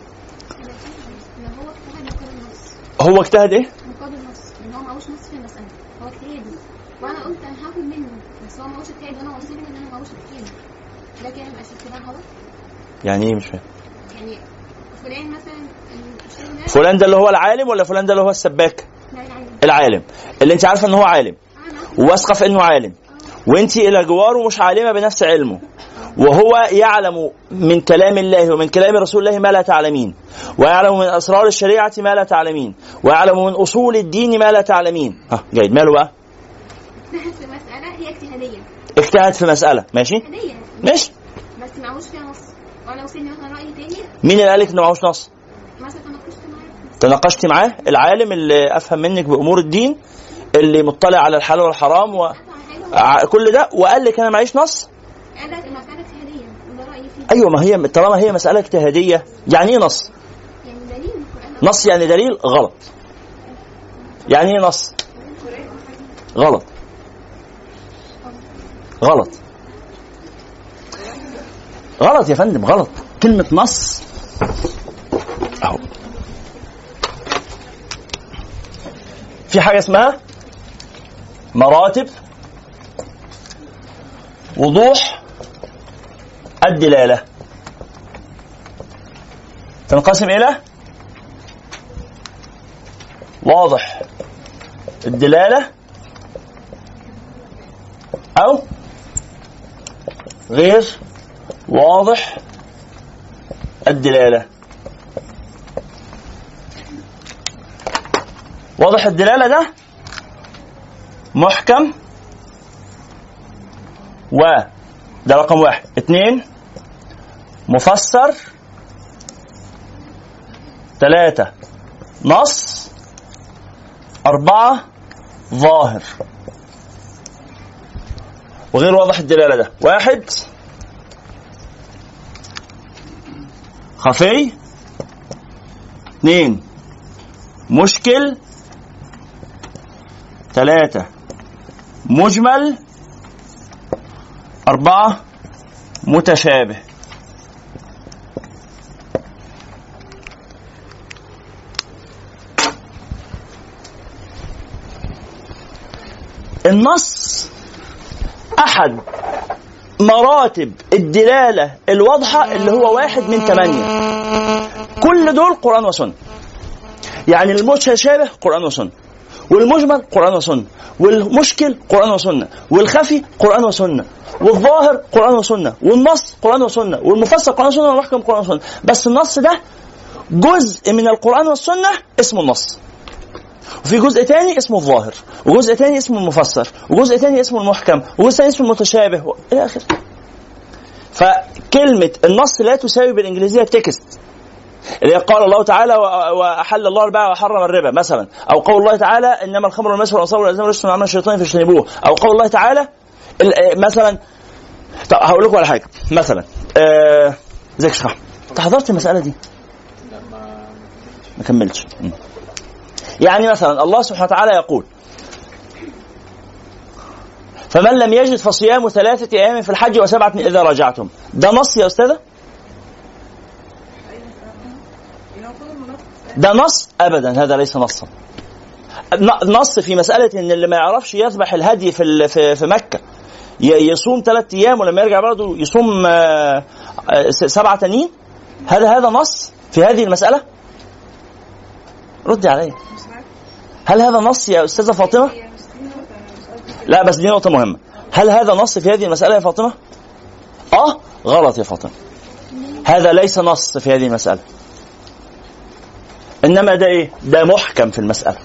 هو اجتهد ايه؟ مقابل نص، ان هو معهوش نص في المسألة، هو اجتهاد، وانا قلت انا هاخد منه، بس هو معهوش اجتهاد وانا واثق ان انا معهوش اجتهاد، ده كده مبقاش اجتهاد غلط؟ يعني ايه؟ مش فاهم. يعني فلان مثلا، فلان ده اللي هو العالم ولا فلان ده اللي هو السباك؟ العالم اللي انت عارفه ان هو عالم وواثقه في انه عالم، وانت الى جواره مش عالمه بنفس علمه، وهو يعلم من كلام الله ومن كلام رسول الله ما لا تعلمين، ويعلم من أسرار الشريعة ما لا تعلمين، ويعلم من أصول الدين ما لا تعلمين. جيد، ماله بقى؟ اجتهد في مسألة هي اجتهادية، اجتهد في مسألة ماشي ماشي، بس معهوش فيها نص، وانا وصلني مثلا رأي تاني. مين اللي قالك انه معهوش نص؟ مثلا تناقشت معاه العالم اللي أفهم منك بأمور الدين، اللي مطلع على الحلال والحرام وكل ده، وقال لك أنا معيش نص. قال لك مسألة اجتهادية وده رأيي فيه. أيوة، ما هي طالما هي مسألة اجتهادية يعني ايه نص؟ يعني دليل نص يعني دليل غلط. يعني ايه نص؟ غلط. غلط غلط يا فندم، غلط. كلمة نص اهو في حاجة اسمها مراتب وضوح الدلالة، تنقسم إلى واضح الدلالة أو غير واضح الدلالة. واضح الدلالة ده محكم، وده رقم 1. 2 مفسر. 3 نص. 4 ظاهر. وغير واضح الدلالة ده 1 خفي. 2 مشكل. 3 مجمل. 4 متشابه. النص أحد مراتب الدلالة الواضحة اللي هو 1 من 8. كل دول قرآن وسنة. يعني المتشابه قرآن وسنة، والمجمل قرآن وسنة، والمشكل قرآن وسنة، والخفي قرآن وسنة، والظاهر قرآن وسنة، والنص قرآن وسنة، والمفسر قرآن وسنة، والمحكم قرآن وسنة. بس النص ده جزء من القرآن والسنة اسمه النص، وفي جزء تاني اسمه الظاهر، وجزء تاني اسمه المفسر، وجزء تاني اسمه المحكم، وجزء تاني اسمه المتشابه إلى آخره. فكلمة النص لا تساوي بالإنجليزية تكست، اللي قال الله تعالى وأحل الله البيع وحرم الربا مثلا، أو قول الله تعالى إنما الخمر والميسر والأنصاب والأزلام رجس من عمل الشيطان فاجتنبوه، أو قول الله تعالى مثلا. طب هقول لكم على حاجة مثلا، زيك شرح. أنت حضرت المسألة دي؟ ما كملتش. يعني مثلا الله سبحانه وتعالى يقول فمن لم يجد فصيام 3 أيام في الحج و7 إذا رجعتم. ده نص يا أستاذة؟ ده نص؟ أبدا، هذا ليس نصا. نص في مسألة إن اللي ما يعرفش يذبح الهدي في مكة يصوم 3 أيام، ولما يرجع برضه يصوم 7 تانيين. هذا نص في هذه المسألة؟ ردي علي. هل هذا نص يا أستاذة فاطمة؟ لا بس دي نقطة مهمة. هل هذا نص في هذه المسألة يا فاطمة؟ غلط يا فاطمة. هذا ليس نص في هذه المسألة، إنما ده إيه؟ ده محكم في المسألة.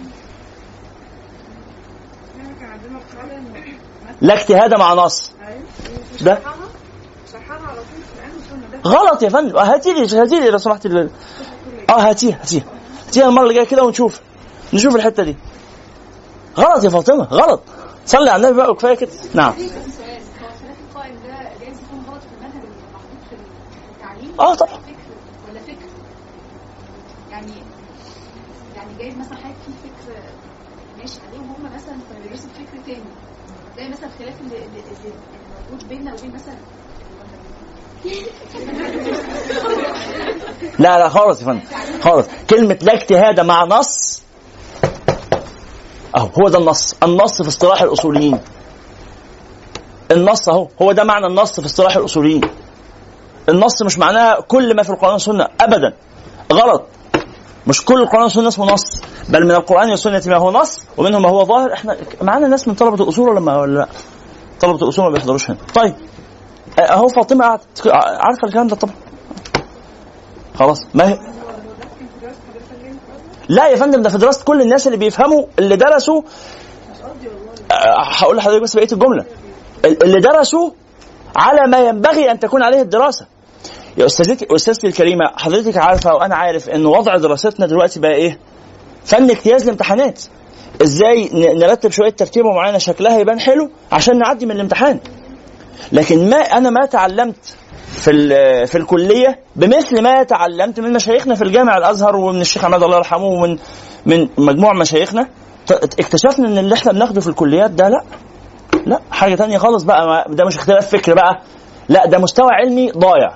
لا اجتهاد مع نص. ده غلط يا فندم. هاتي لي لو سمحت. هاتيها المرة اللي جاية كده ونشوف الحتة دي. غلط يا فاطمه، غلط. صلي على النبي بقى وكفايه كده. نعم. هو خلاف القائم ده جايز يكون غلط في المنهج المحطوط في التعليم؟ طبعا. ولا فكر يعني جايز مثلا حاجه في فكر ماشي عليه وهم مثلا بيدرسوا فكر تاني، زي مثلا الخلاف اللي موجود بيننا وبين مثلا لا خالص يا فندم، خالص. كلمه لا اجتهاد مع نص اهو، هو ده النص في اصطلاح الاصوليين. النص اهو، هو ده معنى النص في اصطلاح الاصوليين. النص مش معناها كل ما في القرآن والسنة ابدا، غلط. مش كل القرآن والسنة اسمه نص، بل من القرآن والسنة ما هو نص ومنهم ما هو ظاهر. احنا معانا ناس من طلبة الأصول ولا لا؟ طلبة الأصول ما بيحضروش هنا. طيب اهو فاطمة عارفة الكلام ده طبعا. خلاص. ما هي لا يا فندم، ده في دراسة كل الناس اللي بيفهموا، اللي درسوا. هقول لحضرتك بس بقية الجملة. اللي درسوا على ما ينبغي أن تكون عليه الدراسة. يا أستاذتي الكريمة، حضرتك عارفة وأنا عارف أن وضع دراستنا دلوقتي بقى إيه؟ فن اجتياز الامتحانات. إزاي نرتب شوية ترتيبة معينة شكلها يبان حلو عشان نعدي من الامتحان. لكن أنا ما تعلمت في الكلية بمثل ما تعلمت من مشايخنا في الجامع الأزهر ومن الشيخ عماد الله يرحمه ومن مجموع مشايخنا. اكتشفنا أن اللي احنا بناخده في الكليات ده لا حاجة تانية خالص بقى. ده مش اختلاف فكر بقى، لا ده مستوى علمي ضايع.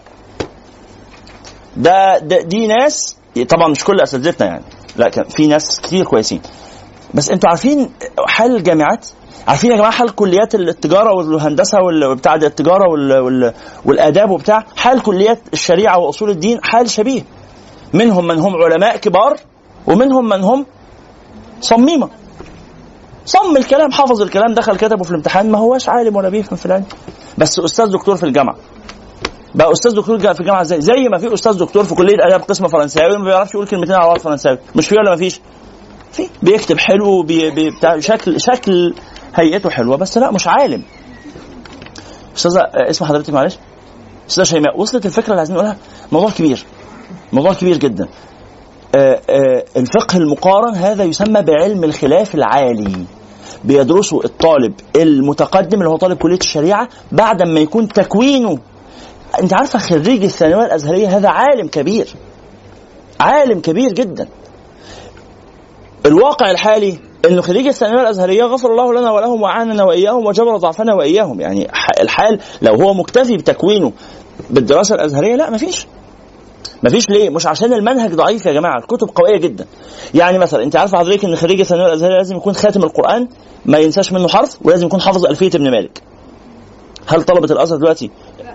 دي ناس طبعا مش كل أساتذتنا يعني، لا كان في ناس كتير كويسين. بس انتوا عارفين حال الجامعات، عارفين يا جماعة حال كليات التجارة والهندسة وبتاع التجارة والآداب وبتاع، حال كليات الشريعة وأصول الدين حال شبيه. منهم من هم علماء كبار ومنهم من هم صميمة، صم الكلام، حافظ الكلام، دخل كتبه في الامتحان، ما هواش عالم ولا بيفهم في العلم، بس أستاذ دكتور في الجامعة. بقى أستاذ دكتور في الجامعة زي ما في أستاذ دكتور في كلية آداب قسم فرنساوي ما بيعرفش يقول كلمتين على بعض فرنساوي، مش فيه ولا ما فيش؟ في بيكتب حلو، بتاع شكل هيئته حلوة، بس لا مش عالم. أستاذة اسم حضرتك معلش؟ أستاذة شيماء، وصلت الفكرة اللي عايزين نقولها؟ موضوع كبير جدا. الفقه المقارن هذا يسمى بعلم الخلاف العالي، بيدرسه الطالب المتقدم اللي هو طالب كلية الشريعة بعد ما يكون تكوينه. انت عارفة خريج الثانوية الأزهرية هذا عالم كبير جدا. الواقع الحالي انه خريج الثانوية الأزهرية غفر الله لنا ولهم وعاننا وإياهم وجبر ضعفنا وإياهم. يعني الحال لو هو مكتفي بتكوينه بالدراسة الأزهرية، لا مفيش. ليه؟ مش عشان المنهج ضعيف يا جماعة، الكتب قوية جدا. يعني مثلا انت عارف حضرتك ان خريج الثانوية الأزهرية لازم يكون خاتم القرآن ما ينساش منه حرف، ولازم يكون حافظ ألفية ابن مالك. هل طلبة الأزهر دلوقتي؟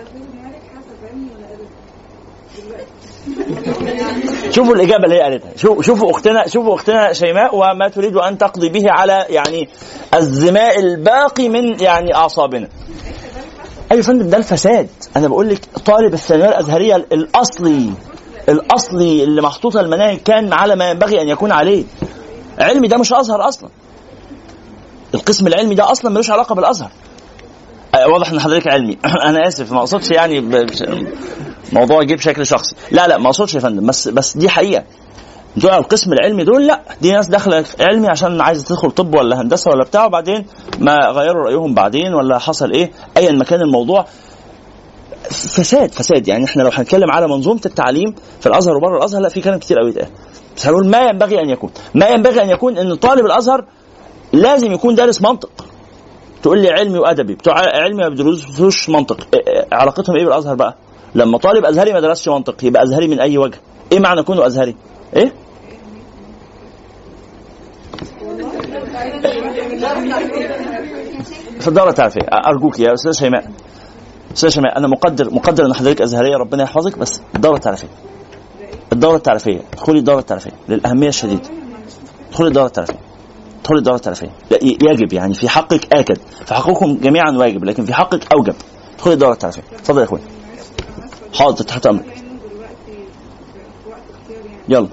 شوفوا الإجابة اللي هي قالتها، شوفوا أختنا شيماء وما تريد أن تقضي به على يعني الزماء الباقي من يعني أعصابنا. أي فندم، ده الفساد. أنا بقول لك طالب الثانوية الأزهرية الأصلي اللي محطوط المناهج كان على ما ينبغي أن يكون عليه. علمي ده مش أزهر أصلا، القسم العلمي ده أصلا ملوش علاقة بالأزهر. واضح ان حضرتك علمي. انا اسف، ما اقصدش يعني موضوع يجيب شكل شخصي، لا ما اقصدش يا فندم، بس دي حقيقه. دول القسم العلمي دول، لا دي ناس داخله علمي عشان عايزه تدخل طب ولا هندسه ولا بتاع، وبعدين ما غيروا رايهم بعدين ولا حصل ايه ايا ما كان الموضوع. فساد. يعني احنا لو هنتكلم على منظومه التعليم في الازهر وبره الازهر، لا في كلام كتير قوي اتقال، بس هنقول ما ينبغي ان يكون ان طالب الازهر لازم يكون دارس منطق. تقول لي علمي وادبي، بتوع علمي ما بيدرسوش منطق، علاقتهم ايه بالازهر بقى؟ لما طالب ازهري ما درسش منطق يبقى ازهري من اي وجه؟ ايه معنى كونه ازهري؟ ايه؟ في الدورة التعريفية ارجوك يا استاذ شيماء. انا مقدر ان حضرتك ازهريه، ربنا يحفظك، بس الدورة التعريفية ادخلي الدورة التعريفية للاهميه الشديده. ادخلي الدورة التعريفية يجب، يعني في حقك آكد، في حقكم جميعا واجب، لكن في حقك أوجب. ادخلي الدورة التعريفية. اتفضل يا اخوي. حاضر، تحت أمرك. يلا.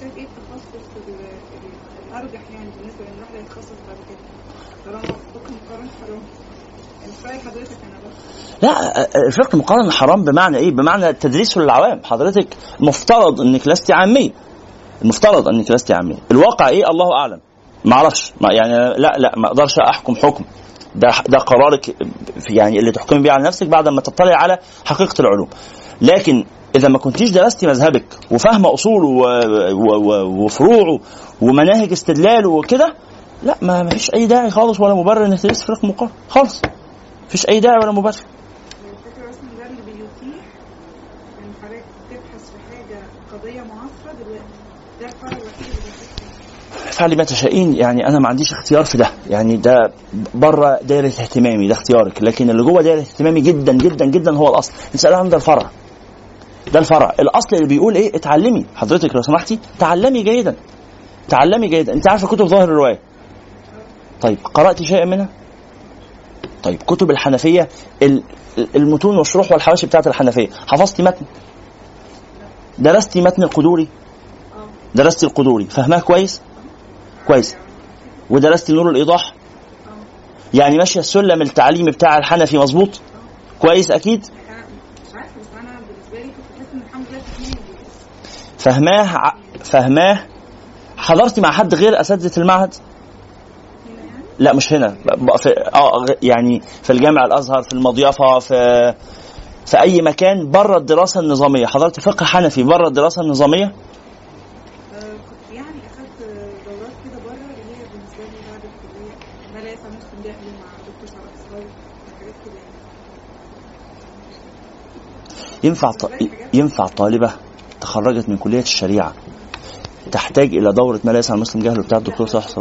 لا، الفقه المقارن حرام بمعنى ايه؟ بمعنى التدريس للعوام. حضرتك مفترض انك لست عامية، الواقع ايه؟ الله اعلم. ما اعرفش يعني لا ما اقدرش احكم حكم، ده قرارك يعني اللي تحكمي بيه على نفسك بعد ما تطلع على حقيقة العلوم. لكن إذا ما كنتيش درستي مذهبك وفاهمة أصوله وفروعه ومناهج استدلاله وكده، لا ما فيش أي داعي خالص ولا مبرر إنك تدرس فقه مقارن خالص، فيش أي داعي ولا مبرر. الفكرة أصلا ده اللي بيتيح إن حضرتك تبحث في حاجة قضية معاصرة دلوقتي، ده الفرق الوحيد اللي بيتيح. افعلي ما تشائين، يعني أنا ما عنديش اختيار في ده، يعني ده بره دائرة اهتمامي، ده اختيارك، لكن اللي جوه دائرة اهتمامي جدا جدا جدا هو الأصل. نسأل عن ده الفرع، ده الفرع الأصل اللي بيقول إيه؟ اتعلمي حضرتك لو سمحتي، تعلمي جيدا، تعلمي جيدا. أنت عارفة كتب ظاهر الرواية؟ طيب قرأت شيئا منها؟ طيب كتب الحنفية المتون والشروح والحواشي بتاعت الحنفية، حفظتي متن؟ درستي متن القدوري؟ درستي القدوري فهمها كويس؟ كويس. ودرستي نور الإيضاح؟ يعني ماشية السلم التعليمي بتاع الحنفي مظبوط؟ كويس أكيد؟ مش عارفة، بس أنا بالنسبة لي كنت حاسة إن الحمد لله فهماه. حضرتي مع حد غير أساتذة المعهد؟ لا مش هنا، في يعني في الجامع الأزهر، في المضيافة، في أي مكان بره الدراسة النظامية. حضرتي فقه حنفي بره الدراسة النظامية؟ كنت يعني أخذت دورات كده بره اللي هي بالنسبة لي بعد الكلية، ما لا يفهم مسلم جاهلي مع دكتور شرف صغير، حاجات كده. ينفع طالبة تخرجت من كلية الشريعة تحتاج إلى دورة ما لا يسع المسلم جهله بتاع الدكتور صح؟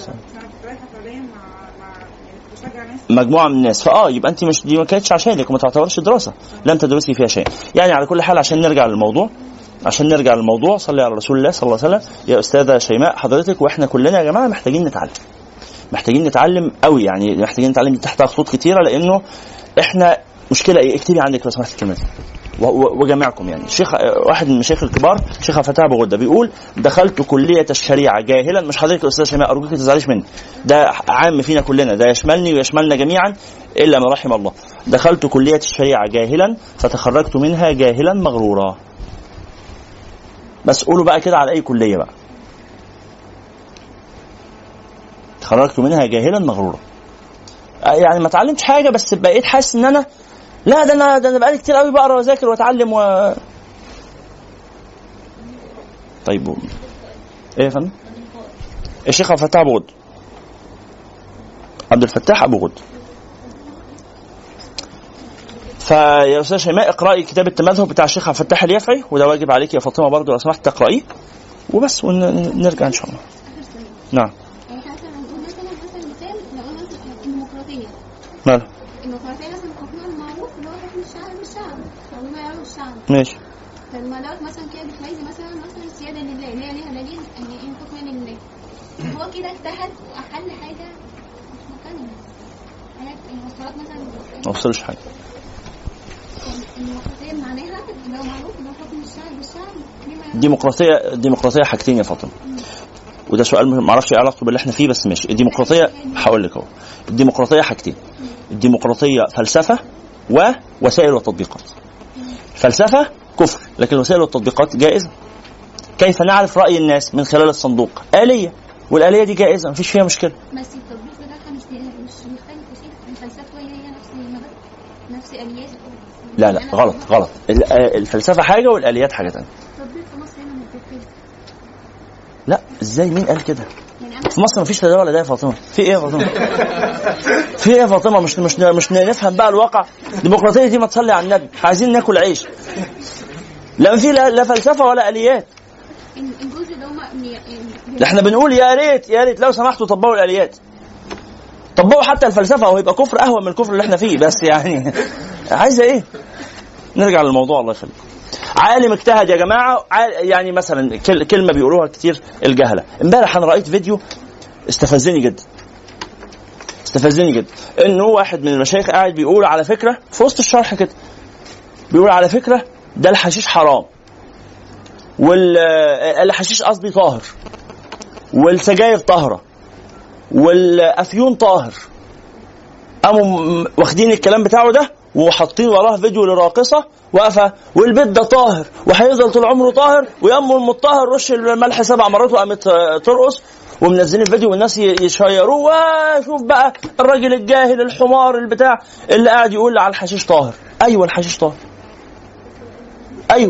مجموعة من الناس، يبقى أنت مش دي ما كانتش عشانك وما تعتبرش دراسة، لم تدرسي فيها شيء. يعني على كل حال عشان نرجع للموضوع صلي على رسول الله صلى الله عليه وسلم. يا أستاذة شيماء حضرتك وإحنا كلنا يا جماعة محتاجين نتعلم قوي، يعني محتاجين نتعلم تحت خطوط كتيرة، لأنه إحنا مشكلة إيه؟ اكتبي عندك لو سمحت الكلمات وجميعكم. يعني شيخ واحد من المشايخ الكبار شيخ فتح أبو غدة بيقول دخلت كلية الشريعة جاهلا، مش حضرتك يا أستاذ شيماء أرجوك تزعليش مني، ده عام فينا كلنا، ده يشملني ويشملنا جميعا إلا من رحم الله. دخلت كلية الشريعة جاهلا فتخرجت منها جاهلا مغرورا. بس قولوا بقى كده على أي كلية بقى، تخرجت منها جاهلا مغرورا، يعني ما تعلمتش حاجة بس بقيت حاسس إن أنا لا ده انا بقالي كتير قوي بقرا واذاكر واتعلم طيب ايه يا فندم؟ الشيخ فتح ابو غد، عبد الفتاح ابو غد. فيا استاذ شيماء اقراي كتاب التمذهب بتاع الشيخ عبد الفتاح اليافعي، وده واجب عليك يا فاطمه برضو لو سمحت تقرايه وبس، ونرجع ان شاء الله. نعم. ماله؟ ماشي. فلما لو مثلا كده بتلاقي مثلا السياده لله اللي هي ليها دليل ان ايه الحكم لله، هو كده اجتهد واحل حاجه مش مكانها، حاجات المصطلحات مثلا ما وصلش حاجه. الديمقراطيه معناها اللي هو معروف ان حكم الشعب بالشعب. الديمقراطيه حاجتين يا فاطمه، وده سؤال ما اعرفش ايه علاقته باللي احنا فيه، بس ماشي. الديمقراطيه هقول لك اهو، الديمقراطيه حاجتين، الديمقراطيه فلسفه ووسائل وتطبيقات. فلسفة كفر، لكن الوسائل والتطبيقات جائزة. كيف نعرف رأي الناس؟ من خلال الصندوق، آلية، والآلية دي جائزة مفيش فيها مشكلة. بس التطبيق بتاعها مش مختلف كتير، الفلسفة هي نفس المبادئ نفس آليات. لا غلط. الفلسفة حاجة والآليات حاجة تانية. التطبيق في مصر هنا متفق. لا ازاي؟ مين قال كده؟ في مصر مفيش لا ده ولا ده يا فاطمة. في ايه يا فاطمة؟ في ايه يا فاطمة؟ مش نفهم بقى الواقع. الديمقراطية دي ما تصلي على النبي، عايزين ناكل عيش. لا في لا فلسفة ولا آليات. الجزء اللي هم احنا بنقول يا ريت لو سمحتوا طبقوا الآليات، طبقوا حتى الفلسفة، وهيبقى كفر أهون من الكفر اللي احنا فيه. بس يعني عايزة ايه؟ نرجع للموضوع الله يخليك. عالم اجتهد يا جماعة. يعني مثلا كلمة بيقولوها كتير الجهلة. امبارح أنا رأيت فيديو استفزني جدا إنه واحد من المشايخ قاعد بيقول على فكرة في وسط الشرح كده، بيقول على فكرة ده الحشيش حرام، والحشيش قصدي طاهر، والسجاير طاهرة، والأفيون طاهر. قاموا واخدين الكلام بتاعه ده وحاطين وراه فيديو لراقصة واقفة والبيت ده طاهر وهيفضل طول عمره طاهر، ويأمه المطهر رش الملح 7 مرات وقامت ترقص، ومنزلين فيديو والناس يشيروه، وشوف بقى الراجل الجاهل الحمار البتاع اللي قاعد يقول على الحشيش طاهر. ايوه الحشيش طاهر، ايوه،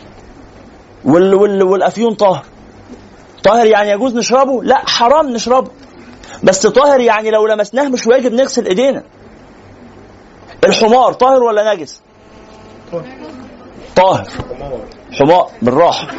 والافيون طاهر. طاهر يعني يجوز نشربه؟ لا حرام نشربه، بس طاهر يعني لو لمسناه مش واجب نغسل ايدينا. الحمار طاهر ولا نجس؟ طاهر. حمار بالراحه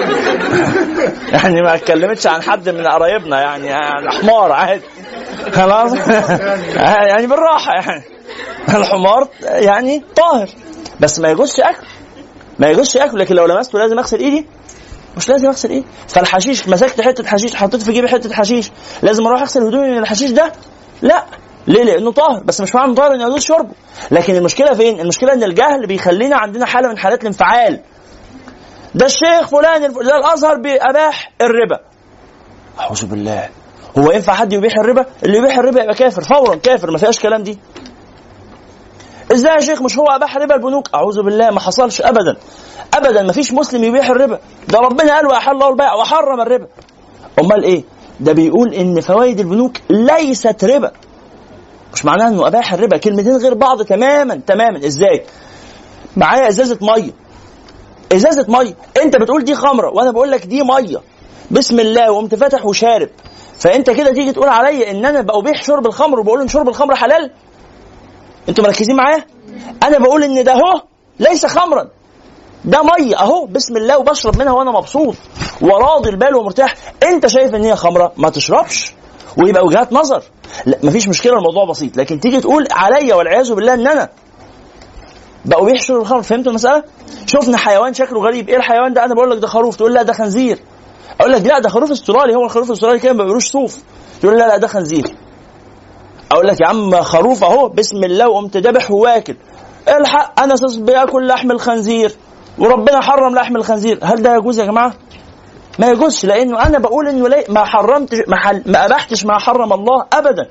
يعني ما اتكلمتش عن حد من قرايبنا، يعني حمار عادي خلاص يعني بالراحه، يعني الحمار يعني طاهر بس ما يجوزش اكل، ما يجوزش اكل، لكن لو لمسته لازم اغسل ايدي؟ مش لازم اغسل ايدي. فالحشيش مسكت حته حشيش حطيت في جيبي حته حشيش، لازم اروح اغسل هدومي من الحشيش ده؟ لا. ليه؟ لانه طاهر، بس مش معنى طاهر انه يجوز شربه. لكن المشكله فين؟ المشكله ان الجهل بيخلينا عندنا حاله من حالات الانفعال. ده الشيخ فلان ده الازهر بيباح الربا. اعوذ بالله، هو ينفع حد يبيح الربا؟ اللي يبيح الربا يبقى كافر فورا، كافر ما فيهاش كلام دي. ازاي يا شيخ؟ مش هو اباح ربا البنوك؟ اعوذ بالله، ما حصلش ابدا ابدا، ما فيش مسلم يبيح الربا، ده ربنا قال واحل الله البيع وحرم الربا. امال ايه؟ ده بيقول ان فوائد البنوك ليست ربا، مش معناه انه اباح الربا، كلمتين غير بعض تماما تماما. ازاي؟ معايا ازازه ميه، ازازه ميه انت بتقول دي خمره وانا بقول لك دي ميه، بسم الله وقمت فاتح وشارب، فانت كده تيجي تقول عليا ان انا بأبيح شرب الخمر وبقول ان شرب الخمر حلال؟ انتوا مركزين معايا؟ انا بقول ان ده اهو ليس خمرا، ده ميه اهو بسم الله وبشرب منها وانا مبسوط وراضي البال ومرتاح. انت شايف ان هي خمره، ما تشربش، ويبقى وجهات نظر، لا مفيش مشكله، الموضوع بسيط. لكن تيجي تقول عليا والعياذ بالله ان انا بأبيح شرب الخمر، فهمتوا المساله؟ شفنا حيوان شكله غريب، ايه الحيوان ده؟ انا بقول لك ده خروف، تقول لا ده خنزير، اقول لك لا ده خروف استرالي، هو الخروف الاسترالي كده ما بيقولوش صوف، تقول لا لا ده خنزير، اقول لك يا عم خروف اهو بسم الله وقمت ذابح وواكل، الحق انا اساس بياكل لحم الخنزير وربنا حرم لحم الخنزير، هل ده يجوز يا جماعه؟ ما يجوزش، لانه انا بقول انه ما حرمتش ما ابحتش ما حرم الله ابدا.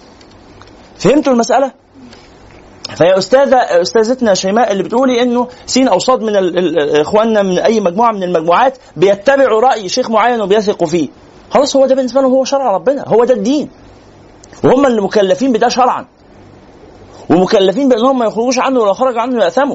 فهمتوا المساله؟ فهي استاذتنا شيماء اللي بتقولي انه سين او صاد من اخواننا من اي مجموعه من المجموعات بيتبعوا راي شيخ معين وبيثقوا فيه، خلاص هو ده بالنسبه لهم هو شرع ربنا، هو ده الدين، وهم اللي مكلفين بده شرعا، ومكلفين بانهم ما يخرجوش عنه، ولو خرجوا عنه يأثموا.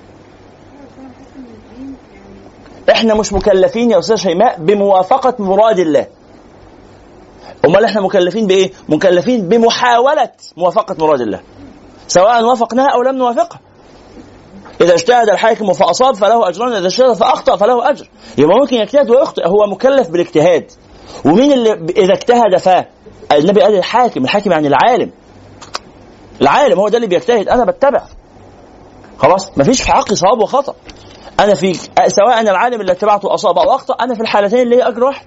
احنا مش مكلفين يا استاذ شيماء بموافقه مراد الله، امال احنا مكلفين بايه؟ مكلفين بمحاوله موافقه مراد الله، سواء وافقناها او لم نوافقها. اذا اجتهد الحاكم فاصاب فله اجران، اذا اجتهد فاخطا فله اجر. يبقى ممكن يجتهد ويخطئ، هو مكلف بالاجتهاد. ومين اللي اذا اجتهد النبي قال الحاكم، الحاكم يعني العالم هو ده اللي بيجتهد، انا بتبع خلاص، مفيش في حقي صواب وخطا، انا في سواء العالم اللي اتبعته اصاب او اخطا، انا في الحالتين اللي هي اجر واحد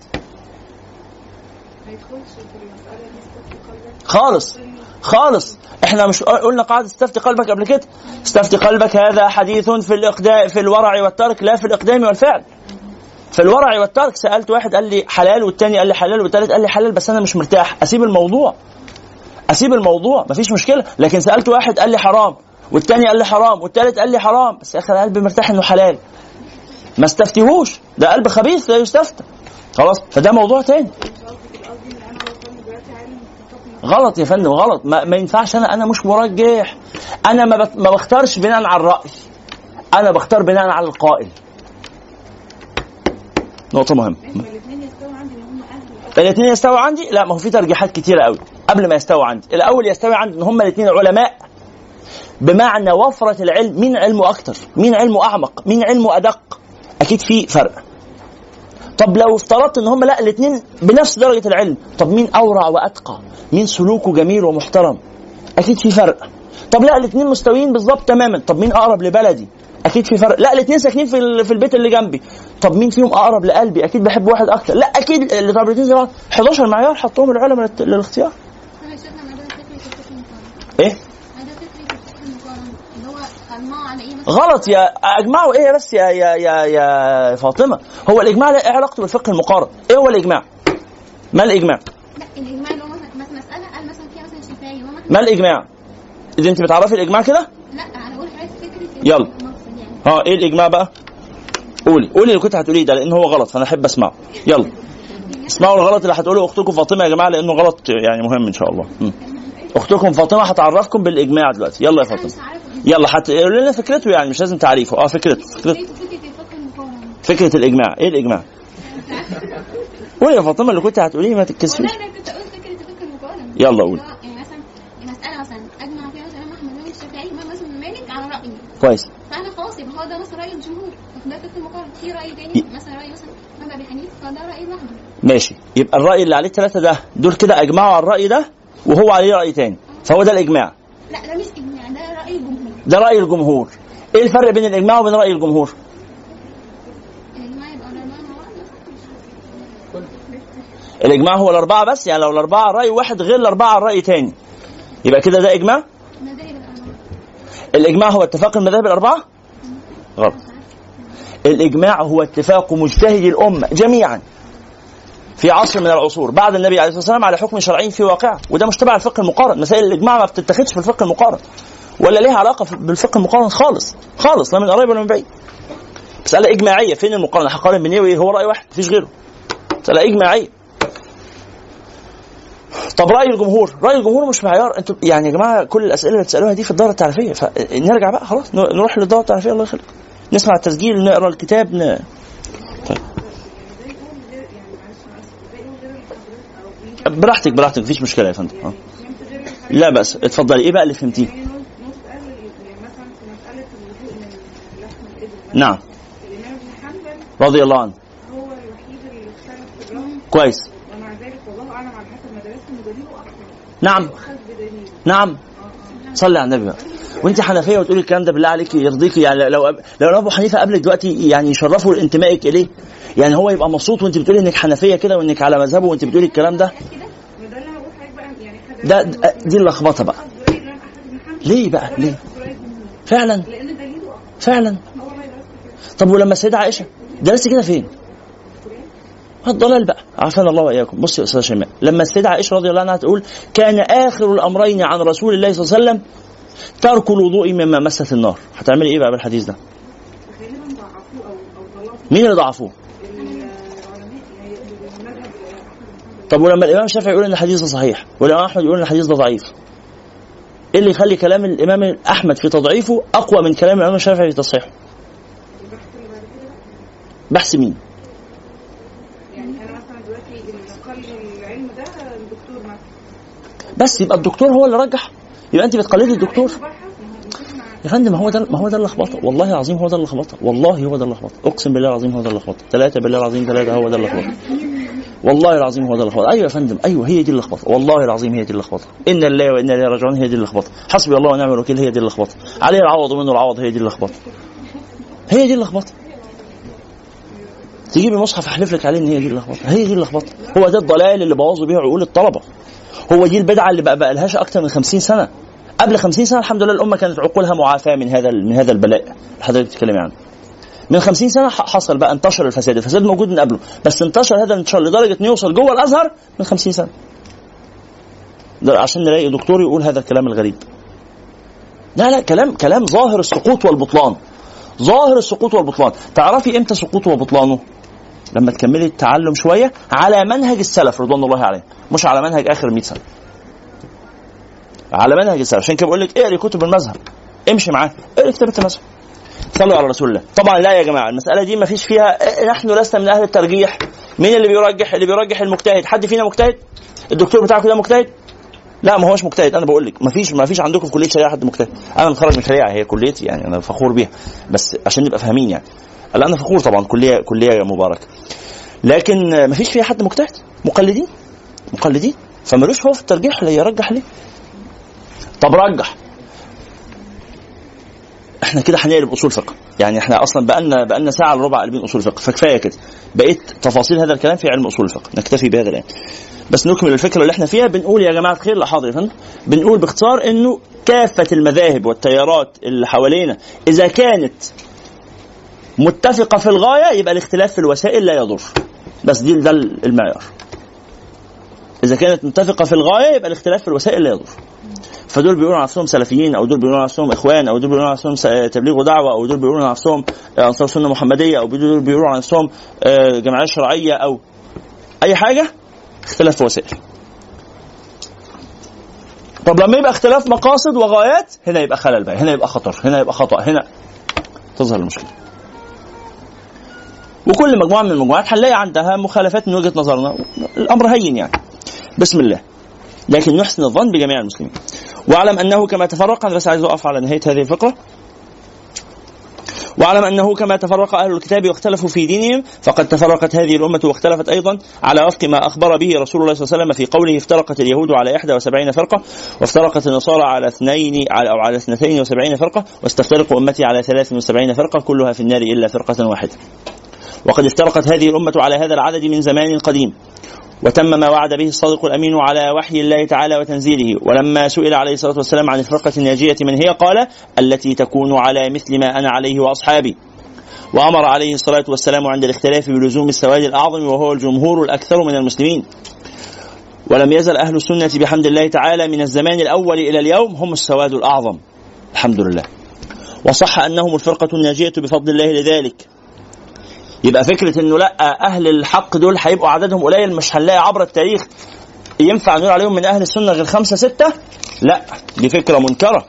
خالص. احنا مش قلنا قاعده استفتي قلبك قبل كده؟ استفتي قلبك هذا حديث في الورع والترك، لا في الاقدام والفعل. في الورع والترك سالت واحد قال لي حلال، والتاني قال لي حلال، والتالت قال لي حلال، بس انا مش مرتاح، اسيب الموضوع مفيش مشكله. لكن سالت واحد قال لي حرام، والتاني قال لي حرام، والتالت قال لي حرام، بس يا اخي قلبي مرتاح انه حلال، ما استفتيهوش، ده قلب خبيث لا يستفتى خلاص. فده موضوع تاني. غلط يا فندم، غلط، ما ينفعش. انا مش مرجح، انا ما بختارش بناء على الرأي، انا بختار بناء على القائل. نقطة مهمة. الاثنين يستوى عندي؟ لا، ما هو في ترجيحات كتيرة قوي قبل ما يستوى عندي. الاول يستوي عندي ان هما الاثنين علماء، بمعنى وفرة العلم، مين علمه اكتر، مين علمه اعمق، مين علمه ادق، اكيد في فرق. طب لو افترضت ان هم لا الاثنين بنفس درجة العلم، طب مين اورع واتقى، مين سلوكه جميل ومحترم، اكيد في فرق. طب لا الاثنين مستويين بالضبط تماما، طب مين اقرب لبلدي، اكيد في فرق. لا الاثنين ساكنين في البيت اللي جنبي، طب مين فيهم اقرب لقلبي، اكيد بحب واحد اكتر. لا اكيد اللي طب الاثنين زي بعض. 11 معيار حطوهم العلماء للاختيار. ايه غلط يا اجمعوا ايه بس يا فاطمه؟ هو الاجماع له علاقه بالفقه المقارن. ايه هو الاجماع؟ ما الاجماع؟ لا الاجماع اللي هو مساله قال مثلا فيها مثلا شفايه، ما الاجماع؟ اذا انت بتعرفي الاجماع كده؟ لا انا بقول حاجه فكره يلا يعني. ايه الاجماع بقى؟ قولي اللي كنت هتقوليه ده، لان هو غلط فانا احب اسمعه. يلا اسمعوا الغلط اللي هتقوله اختكم فاطمه يا جماعه، لانه غلط يعني مهم ان شاء الله. اختكم فاطمه هتعرفكم بالاجماع دلوقتي. يلا يا فاطمه، يلا هتقول لنا فكرته، يعني مش لازم تعريفه. فكرته فكره الاجماع. ايه الاجماع؟ قولي يا فاطمه اللي كنت هتقوليه، ما تتكسفيش. لا انا كنت اقول فكره الفقه المقارن. يلا قول. يعني مثلا مساله مثلا اجمع فيها مثلا احمد بن الشافعي مثلا مالك على رايه كويس. فانا خلاص يبقى هو ده مثلا راي الجمهور، فده فقه المقارن. في راي تاني مثلا راي مثلا محمد ابي حنيفه فده راي لوحده. ماشي، يبقى الراي اللي عليه الثلاثه ده دول كده اجمعوا على الراي ده وهو عليه راي تاني، فهو ده الاجماع. لا ده مش اجماع، ده راي الجمهور. ده راي الجمهور. ايه الفرق بين الاجماع وبين راي الجمهور؟ الاجماع يبقى الاربعه مع بعض. الاجماع هو الاربعه بس، يعني لو الاربعه راي واحد غير الاربعه راي تاني يبقى كده ده اجماع. مذاهب الاربعه. الاجماع هو اتفاق المذاهب الاربعه؟ غلط. الاجماع هو اتفاق مجتهدي الامه جميعا في عصر من العصور بعد النبي عليه الصلاه والسلام على حكم شرعي في واقعه، وده مش تبع الفقه المقارن. مسائل الاجماع ما بتتخذش في الفقه المقارن ولا ليها علاقه بالفقه المقارن خالص خالص، لا من قريب ولا من بعيد. مساله اجماعيه. فين المقارنه؟ هقارن بين ايه وايه؟ هو راي واحد مفيش غيره. مساله اجماعيه. طب راي الجمهور؟ راي الجمهور مش معيار. انتوا يعني يا جماعه كل الاسئله اللي بتسالوها دي في الدوره التعريفيه، فنرجع بقى خلاص نروح للدوره التعريفيه. الله يخليك، نسمع التسجيل، نقرا الكتاب طيب. براحتك مفيش مشكله يا فندم. لا بس اتفضلي. ايه بقى اللي فهمتيه؟ نعم. رضي الله عنه. هو الوحيد اللي اختلف في الرأي. كويس. ومع ذلك والله اعلم على حسب مدرسته ودليله احسن. نعم. نعم. صلي على النبي بقى. وانت حنفيه وتقولي الكلام ده بالله عليك يرضيكي؟ يعني لو ابو حنيفه قبلك دلوقتي يعني يشرفوا انتمائك اليه، يعني هو يبقى مبسوط وانت بتقولي انك حنفيه كده وانك على مذهبه وانت بتقولي الكلام ده. دي اللخبطه بقى. ليه بقى؟ ليه فعلا فعلا؟ طب ولما السيده عائشه درست كده فين؟ الضلال بقى، عافانا الله واياكم. بص يا استاذ شيماء، لما السيده عائشه رضي الله عنها تقول كان اخر الامرين عن رسول الله صلى الله عليه وسلم ترك الوضوء مما مست النار، هتعملي ايه بقى بالحديث ده؟ مين اللي ضعفوه؟ طب ولما الامام الشافعي يقول ان الحديث ده صحيح والامام احمد يقول ان الحديث ده ضعيف، ايه اللي يخلي كلام الامام احمد في تضعيفه اقوى من كلام الامام الشافعي في تصحيحه؟ بحث مين؟ يعني انا مثلا دلوقتي اللي قال العلم ده الدكتور مثلا، بس يبقى الدكتور هو اللي رجح، يبقى انت بتقلدي الدكتور يا فندم. ما هو ده اللخبطه، والله العظيم هو ده اللخبطه، والله هو ده اللخبطه، اقسم بالله العظيم هو ده اللخبطه، 3 بالله العظيم 3 هو ده اللخبطه، والله العظيم هو ده اللخبطه. ايوه يا فندم، ايوه هي دي اللخبطه، والله العظيم هي دي اللخبطه. ان الله وانا اليه راجعون، هي دي اللخبطه. حسبي الله ونعم الوكيل، هي دي اللخبطه. عليه العوض ومنه العوض، هي دي اللخبطه، هي دي اللخبطه. تجيبي مصحف احلف لك عليه ان هي دي اللخبطه، هي دي اللخبطه. هو ده الضلال اللي بوظوا بيه عقول الطلبه، هو دي البدعه اللي بقى لهاش اكتر من 50 سنه. قبل 50 سنه الحمد لله الامه كانت عقولها معافاه من هذا البلاء اللي حضرتك بتتكلمي عنه. من 50 سنه حصل بقى انتشر الفساد موجود من قبله، بس انتشر هذا الانتشار لدرجه انه يوصل جوه الازهر من 50 سنه. ده عشان نلاقي دكتور يقول هذا الكلام الغريب. لا كلام ظاهر السقوط والبطلان، ظاهر السقوط والبطلان. تعرفي امتى سقوطه وبطلانه؟ لما تكملي التعلم شويه على منهج السلف رضوان الله عليهم، مش على منهج اخر 100 سنه، على منهج السلف. عشان كده بقول لك اقري كتب المذهب، امشي معاه، اقري كتابة المذهب، صلوا على رسول الله. طبعا لا يا جماعه، المساله دي ما فيش فيها نحن لسنا من اهل الترجيح. مين اللي بيرجح؟ اللي بيرجح المجتهد. حد فينا مجتهد؟ الدكتور بتاعكم ده مجتهد؟ لا ما هوش مجتهد. انا بقول لك ما فيش عندكم في كليه شريعه حد مجتهد. انا متخرج من شريعه، هي كليتي يعني، انا فخور بيها، بس عشان نبقى فاهمين يعني. لا انا فخور طبعا، كليه مباركه، لكن ما فيش فيها حد مجتهد. مقلدين، فمالوش هو في الترجيح اللي يرجح ليه. طب رجح، احنا كده هنقلب اصول فقه، يعني احنا اصلا بقالنا ساعه الا ربع قلبين اصول فقه، فكفايه كده. بقيت تفاصيل هذا الكلام في علم اصول الفقه، نكتفي بهذا الان. بس نكمل الفكره اللي احنا فيها. بنقول يا جماعه الخير، لا حاضر يا فندم، بنقول باختصار انه كافه المذاهب والتيارات اللي حوالينا اذا كانت متفقه في الغايه يبقى الاختلاف في الوسائل لا يضر، بس ده المعيار. اذا كانت متفقه في الغايه يبقى الاختلاف في الوسائل لا يضر. فدول بيقولوا على نفسهم سلفيين، او دول بيقولوا على نفسهم اخوان، او دول بيقولوا على نفسهم تبليغ ودعوه، او دول بيقولوا على نفسهم انصار سنه محمديه، او دول بيقولوا على نفسهم جمعيه شرعيه، اي حاجه اختلاف في وسائل. طب لما يبقى اختلاف مقاصد وغايات، هنا يبقى خلل بقى، هنا يبقى خطر، هنا يبقى خطأ، هنا تظهر المشكله. وكل مجموعه من المجموعات هنلاقي عندها مخالفات من وجهه نظرنا، الامر هين يعني. بسم الله. لكن نحسن الظن بجميع المسلمين. واعلم انه كما تفرق، انا بس عايز اقف على نهايه هذه الفقره. واعلم أنه كما تفرق أهل الكتاب واختلفوا في دينهم، فقد تفرقت هذه الأمة واختلفت أيضا على وفق ما أخبر به رسول الله صلى الله عليه وسلم في قوله: افترقت اليهود على 71 فرقة، وافترقت النصارى على 72 فرقة، واستفترق أمتي على 73 فرقة، كلها في النار إلا فرقة واحدة. وقد افترقت هذه الأمة على هذا العدد من زمان قديم، وتم ما وعد به الصادق الأمين على وحي الله تعالى وتنزيله. ولما سئل عليه الصلاة والسلام عن الفرقة الناجية من هي، قال: التي تكون على مثل ما أنا عليه وأصحابي. وأمر عليه الصلاة والسلام عند الاختلاف بلزوم السواد الأعظم، وهو الجمهور الأكثر من المسلمين. ولم يزل أهل السنة بحمد الله تعالى من الزمان الأول إلى اليوم هم السواد الأعظم الحمد لله. وصح أنهم الفرقة الناجية بفضل الله لذلك. يبقى فكرة انه لا اهل الحق دول هيبقوا عددهم قليل، مش هنلاقي عبر التاريخ ينفع نقول عليهم من اهل السنة غير 5 6، لا، دي فكرة منكرة.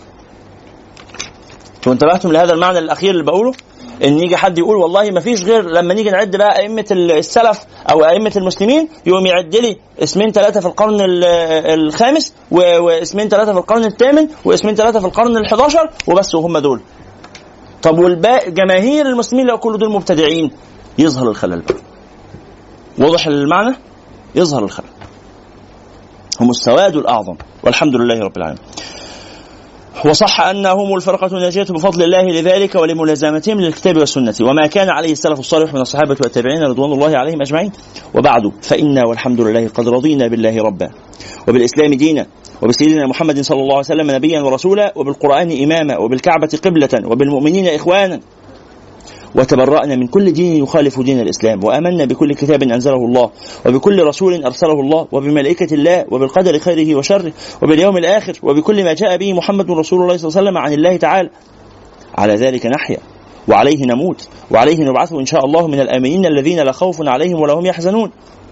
وانتبهتم لهذا المعنى الاخير اللي بقوله، ان يجي حد يقول والله ما فيش غير، لما نيجي نعد بقى ائمة السلف او ائمة المسلمين، يقوم يعد لي اسمين 3 في القرن الخامس، واسمين 3 في القرن الثامن، واسمين 3 في القرن ال11 وبس، وهم دول. طب والباقي جماهير المسلمين لو كل دول مبتدعين، يظهر الخلل بقى. واضح المعنى؟ يظهر الخلل. هم السواد الأعظم والحمد لله رب العالمين. وصح أنهم الفرقة الناجية بفضل الله لذلك ولملازمتهم للكتاب والسنة، وما كان عليه السلف الصالح من الصحابة والتابعين رضوان الله عليهم أجمعين. وبعد، فإنا والحمد لله قد رضينا بالله ربا، وبالإسلام دينا، وبسيدنا محمد صلى الله عليه وسلم نبيا ورسولا، وبالقرآن إماما، وبالكعبة قبلة، وبالمؤمنين إخوانا. وتبرأنا من كل دين يخالف دين الإسلام، وآمنا بكل كتاب أنزله الله، وبكل رسول أرسله الله، وبملائكة الله، وبالقدر خيره وشره، وباليوم الآخر، وبكل ما جاء به محمد رسول الله صلى الله عليه وسلم عن الله تعالى. على ذلك نحيا، وعليه نموت، وعليه نبعث إن شاء الله من الآمنين الذين لا خوف عليهم ولا هم يحزنون،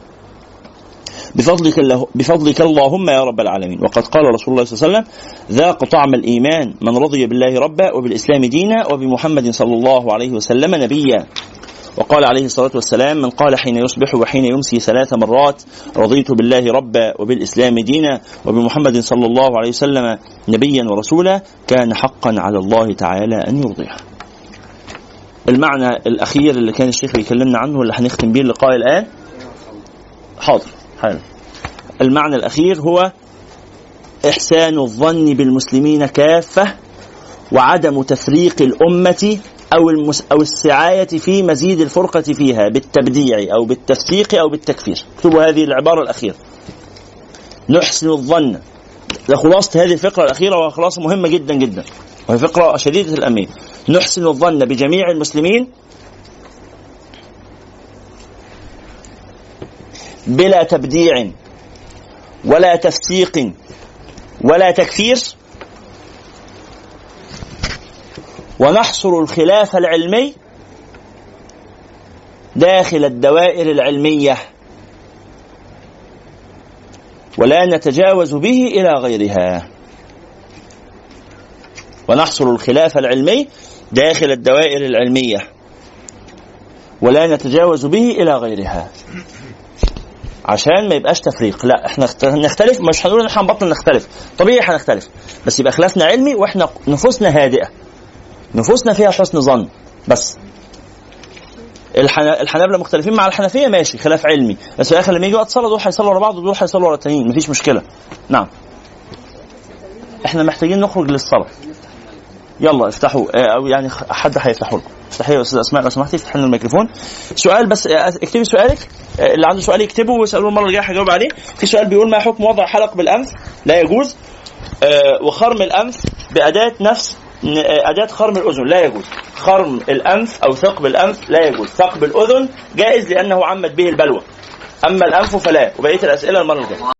بفضلك اللهم يا رب العالمين. وقد قال رسول الله صلى الله عليه وسلم: ذاق طعم الإيمان من رضي بالله ربا، وبالإسلام دينا، وبمحمد صلى الله عليه وسلم نبيا. وقال عليه الصلاة والسلام: من قال حين يصبح وحين يمسي 3 مرات: رضيت بالله ربا، وبالإسلام دينا، وبمحمد صلى الله عليه وسلم نبيا ورسولا، كان حقا على الله تعالى أن يرضيه. المعنى الأخير اللي كان الشيخ بيكلمنا عنه، اللي هنختم به اللقاء الآن، حاضر حالا. المعنى الأخير هو إحسان الظن بالمسلمين كافة، وعدم تفريق الأمة أو السعاية في مزيد الفرقة فيها بالتبديع أو بالتفسيق أو بالتكفير. اكتبوا هذه العبارة الأخيرة: نحسن الظن. ده خلاصة هذه الفقرة الأخيرة، وخلاصة مهمة جدا جدا، وهي فقرة شديدة الأهمية. نحسن الظن بجميع المسلمين بلا تبديع ولا تفسيق ولا تكفير، ونحصر الخلاف العلمي داخل الدوائر العلمية، ولا نتجاوز به إلى غيرها. ونحصر الخلاف العلمي داخل الدوائر العلمية، ولا نتجاوز به إلى غيرها، عشان ما يبقاش تفريق. لا، احنا نختلف، مش هنقول ان احنا هنبطل نختلف، طبيعي هنختلف، بس يبقى خلافنا علمي، واحنا نفوسنا هادئة، نفوسنا فيها حسن ظن. بس الحنابلة مختلفين مع الحنفية، ماشي، خلاف علمي، بس في الاخر لما يجوا اتصلوا، دول هيصلوا ورا بعض ودول هيصلوا ورا التانيين، مفيش مشكلة. نعم، احنا محتاجين نخرج للصلاة. يلا افتحوا، او يعني حد هيفتحوا لكم. افتحي يا استاذ اسماء لو سمحتي، افتحي لنا الميكروفون. سؤال بس، اكتبي سؤالك، اللي عنده سؤال يكتبه ويسالوه المره الجايه هجاوب عليه. في سؤال بيقول: ما حكم وضع حلق بالانف؟ لا يجوز. وخرم الانف باداه نفس اداه خرم الاذن؟ لا يجوز. خرم الانف او ثقب الانف لا يجوز. ثقب الاذن جائز لانه عمت به البلوى، اما الانف فلا. وبقيه الاسئله المره الجايه.